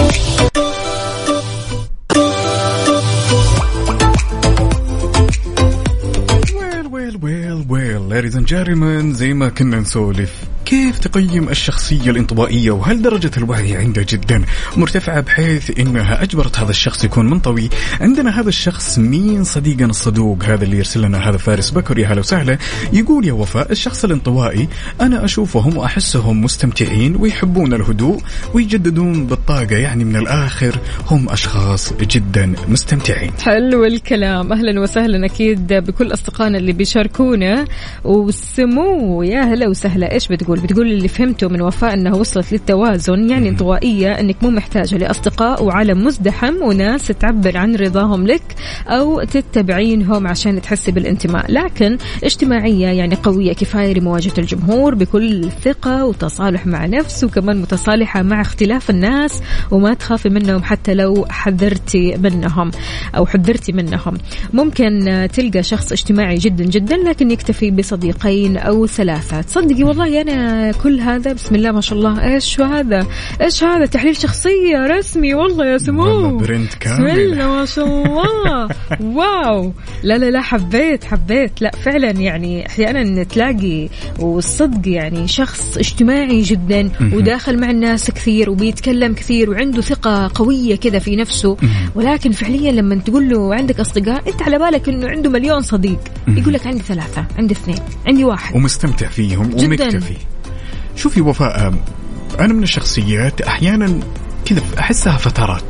ويل ويل ladies and gentlemen، زي ما كنا نسولف، كيف تقيم الشخصية الانطوائية؟ وهل درجة الوعي عنده جدا مرتفعة بحيث إنها أجبرت هذا الشخص يكون منطوي؟ عندنا هذا الشخص مين صديقنا الصدوق هذا اللي يرسل لنا، هذا فارس بكر، يا هلا وسهلا. يقول يا وفاء، الشخص الانطوائي أنا أشوفهم وأحسهم مستمتعين ويحبون الهدوء ويجددون بالطاقة، يعني من الآخر هم أشخاص جدا مستمتعين. حلو الكلام، أهلا وسهلا أكيد بكل أصدقائنا اللي بيشاركونا. وسمو يا هلا وسهلا، إيش بتقول؟ بتقول اللي فهمته من وفاء أنها وصلت للتوازن، يعني انطوائية أنك مو محتاجة لأصدقاء وعالم مزدحم وناس تعبر عن رضاهم لك أو تتبعينهم عشان تحسي بالانتماء، لكن اجتماعية يعني قوية كفاية لمواجهة الجمهور بكل ثقة وتصالح مع نفس، وكمان متصالحة مع اختلاف الناس وما تخافي منهم حتى لو حذرتي منهم أو حذرتي منهم. ممكن تلقى شخص اجتماعي جدا جدا لكن يكتفي بصديقين أو ثلاثة. تصدقي والله أنا كل هذا بسم الله ما شاء الله. إيش هذا؟ إيش هذا؟ تحليل شخصية رسمي والله يا سمو، برنت كامل، بسم الله ما شاء الله. واو، لا لا لا حبيت حبيت. لا فعلا يعني أحيانا تلاقي والصدق يعني شخص اجتماعي جدا وداخل مع الناس كثير وبيتكلم كثير وعنده ثقة قوية كذا في نفسه، ولكن فعليا لما تقول له عندك أصدقاء أنت على بالك إنه عنده مليون صديق، يقول لك عندي ثلاثة، عندي اثنين، عندي واحد، ومستمتع فيهم ومكتفي. شوفي وفاء، أنا من الشخصيات أحيانا كذا أحسها فترات،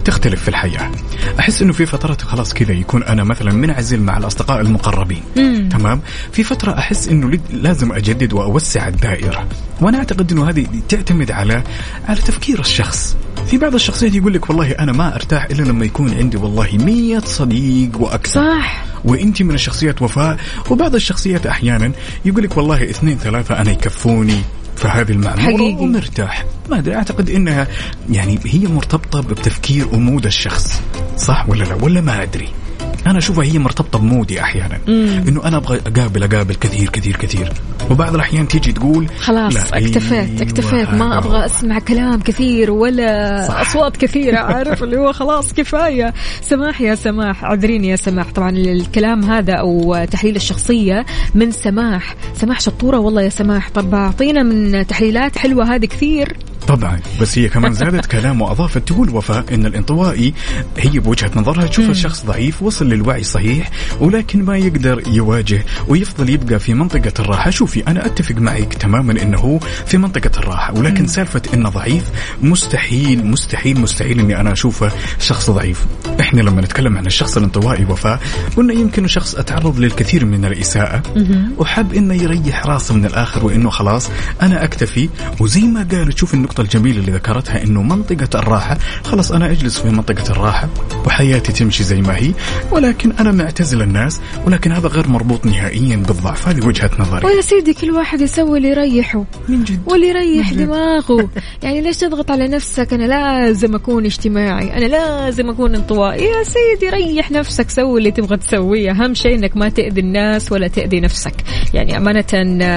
تختلف في الحياة. أحس إنه في فترات خلاص كذا يكون أنا مثلا منعزل مع الأصدقاء المقربين، مم. تمام. في فترة أحس إنه لازم أجدد وأوسع الدائرة، وأنا أعتقد إنه هذه تعتمد على على تفكير الشخص. في بعض الشخصيات يقول لك والله أنا ما أرتاح إلا لما يكون عندي والله مية صديق وأكثر، صح. وإنتي من الشخصيات وفاء. وبعض الشخصيات أحيانا يقول لك والله اثنين ثلاثة أنا يكفوني في هذه المعمورة ومرتاح. ما أدري، أعتقد إنها يعني هي مرتبطة بتفكير ومود الشخص، صح ولا لا؟ ولا ما أدري، أنا أشوفها هي مرتبطة بمودي أحيانا، إنه أنا أبغى أقابل أقابل كثير كثير كثير، وبعض الأحيان تيجي تقول خلاص اكتفيت أيوة اكتفيت ما أبغى أسمع كلام كثير ولا صح. أصوات كثيرة، عارف اللي هو خلاص كفاية. سماح يا سماح، عذريني يا سماح، طبعا الكلام هذا أو تحليل الشخصية من سماح. سماح شطورة والله يا سماح. طب أعطينا من تحليلات حلوة هذه كثير طبعا. بس هي كمان زادت كلام وأضافت تقول وفاء إن الانطوائي هي بوجهة نظرها تشوف الشخص ضعيف وصل للوعي صحيح ولكن ما يقدر يواجه ويفضل يبقى في منطقة الراحة. شوفي أنا أتفق معك تماما إنه في منطقة الراحة، ولكن مم. سالفة إنه ضعيف مستحيل مستحيل مستحيل إني أنا أشوفه شخص ضعيف. إحنا لما نتكلم عن الشخص الانطوائي وفاء قلنا يمكن شخص أتعرض للكثير من الإساءة وحب إنه يريح راسه من الآخر وإنه خلاص أنا أكتفي. وزي ما قال تشوف النقطة الجميلة اللي ذكرتها إنه منطقة الراحة، خلاص أنا أجلس في منطقة الراحة وحياتي تمشي زي ما هي، ولكن أنا معتزل الناس، ولكن هذا غير مربوط نهائيا بالضعف. هذه وجهة نظري. ويا سيدي كل واحد يسوي اللي يريحه من جد واللي يريح دماغه. يعني ليش تضغط على نفسك أنا لازم أكون اجتماعي، أنا لازم أكون انطوائي؟ يا سيدي ريح نفسك، سوي اللي تبغى تسويه، أهم شيء إنك ما تأذي الناس ولا تأذي نفسك. يعني أمانة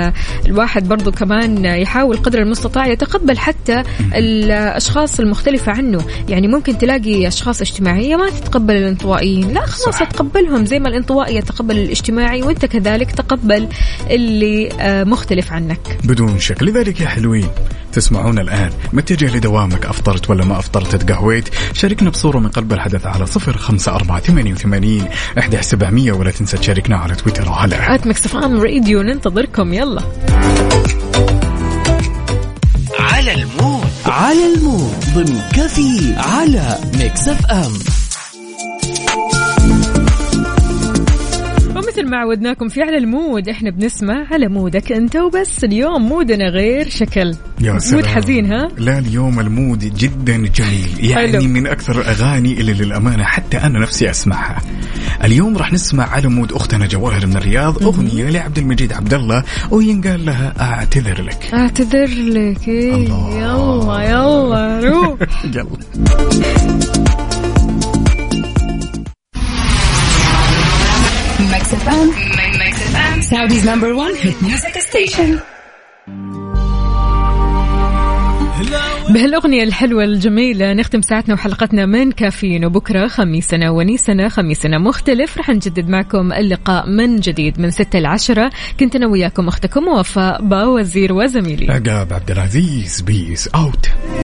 الواحد برضو كمان يحاول قدر المستطاع يتقبل حتى الأشخاص المختلفة عنه. يعني ممكن تلاقي أشخاص اجتماعية ما تتقبل الانطوائيين، لا خلاص تقبلهم زي ما الانطوائي يتقبل الاجتماعي، وانت كذلك تقبل اللي مختلف عنك بدون شك. لذلك يا حلوين تسمعون الآن متجه لدوامك، أفطرت ولا ما أفطرت، تقهويت، شاركنا بصورة من قلب الحدث على صفر خمسة أربعة ثمانية وثمانين أحد سبعمية، ولا تنسى تشاركنا على تويتر وهلا آت ميكس إف إم راديو. ننتظركم. يلا على المود على المود ضمن كفي على ميكس إف إم. ومثل ما عودناكم في على المود احنا بنسمع على مودك انت وبس. اليوم مودنا غير شكل، مود حزين. ها لا اليوم المود جدا جميل، يعني حلو. من اكثر الاغاني اللي للامانه حتى انا نفسي اسمعها. اليوم راح نسمع على مود اختنا جواهر من الرياض اغنيه لعبد المجيد عبد الله وينقال لها اعتذر لك. اعتذر لك إيه؟ يلا يلا روح يلا. Mix إف إم, Mix إف إم, Saudi's number one hit music station. بهالأغنية الحلوة الجميلة نختم ساعتنا وحلقتنا من كافيين. وبكرة خميسنا ونيسنا خميسنا مختلف، رح نجدد معكم اللقاء من جديد من ستة لعشرة. كنت أنا وياكم أختكم وفاء باوزير وزميلي عقاب عبد العزيز. بيس أوت.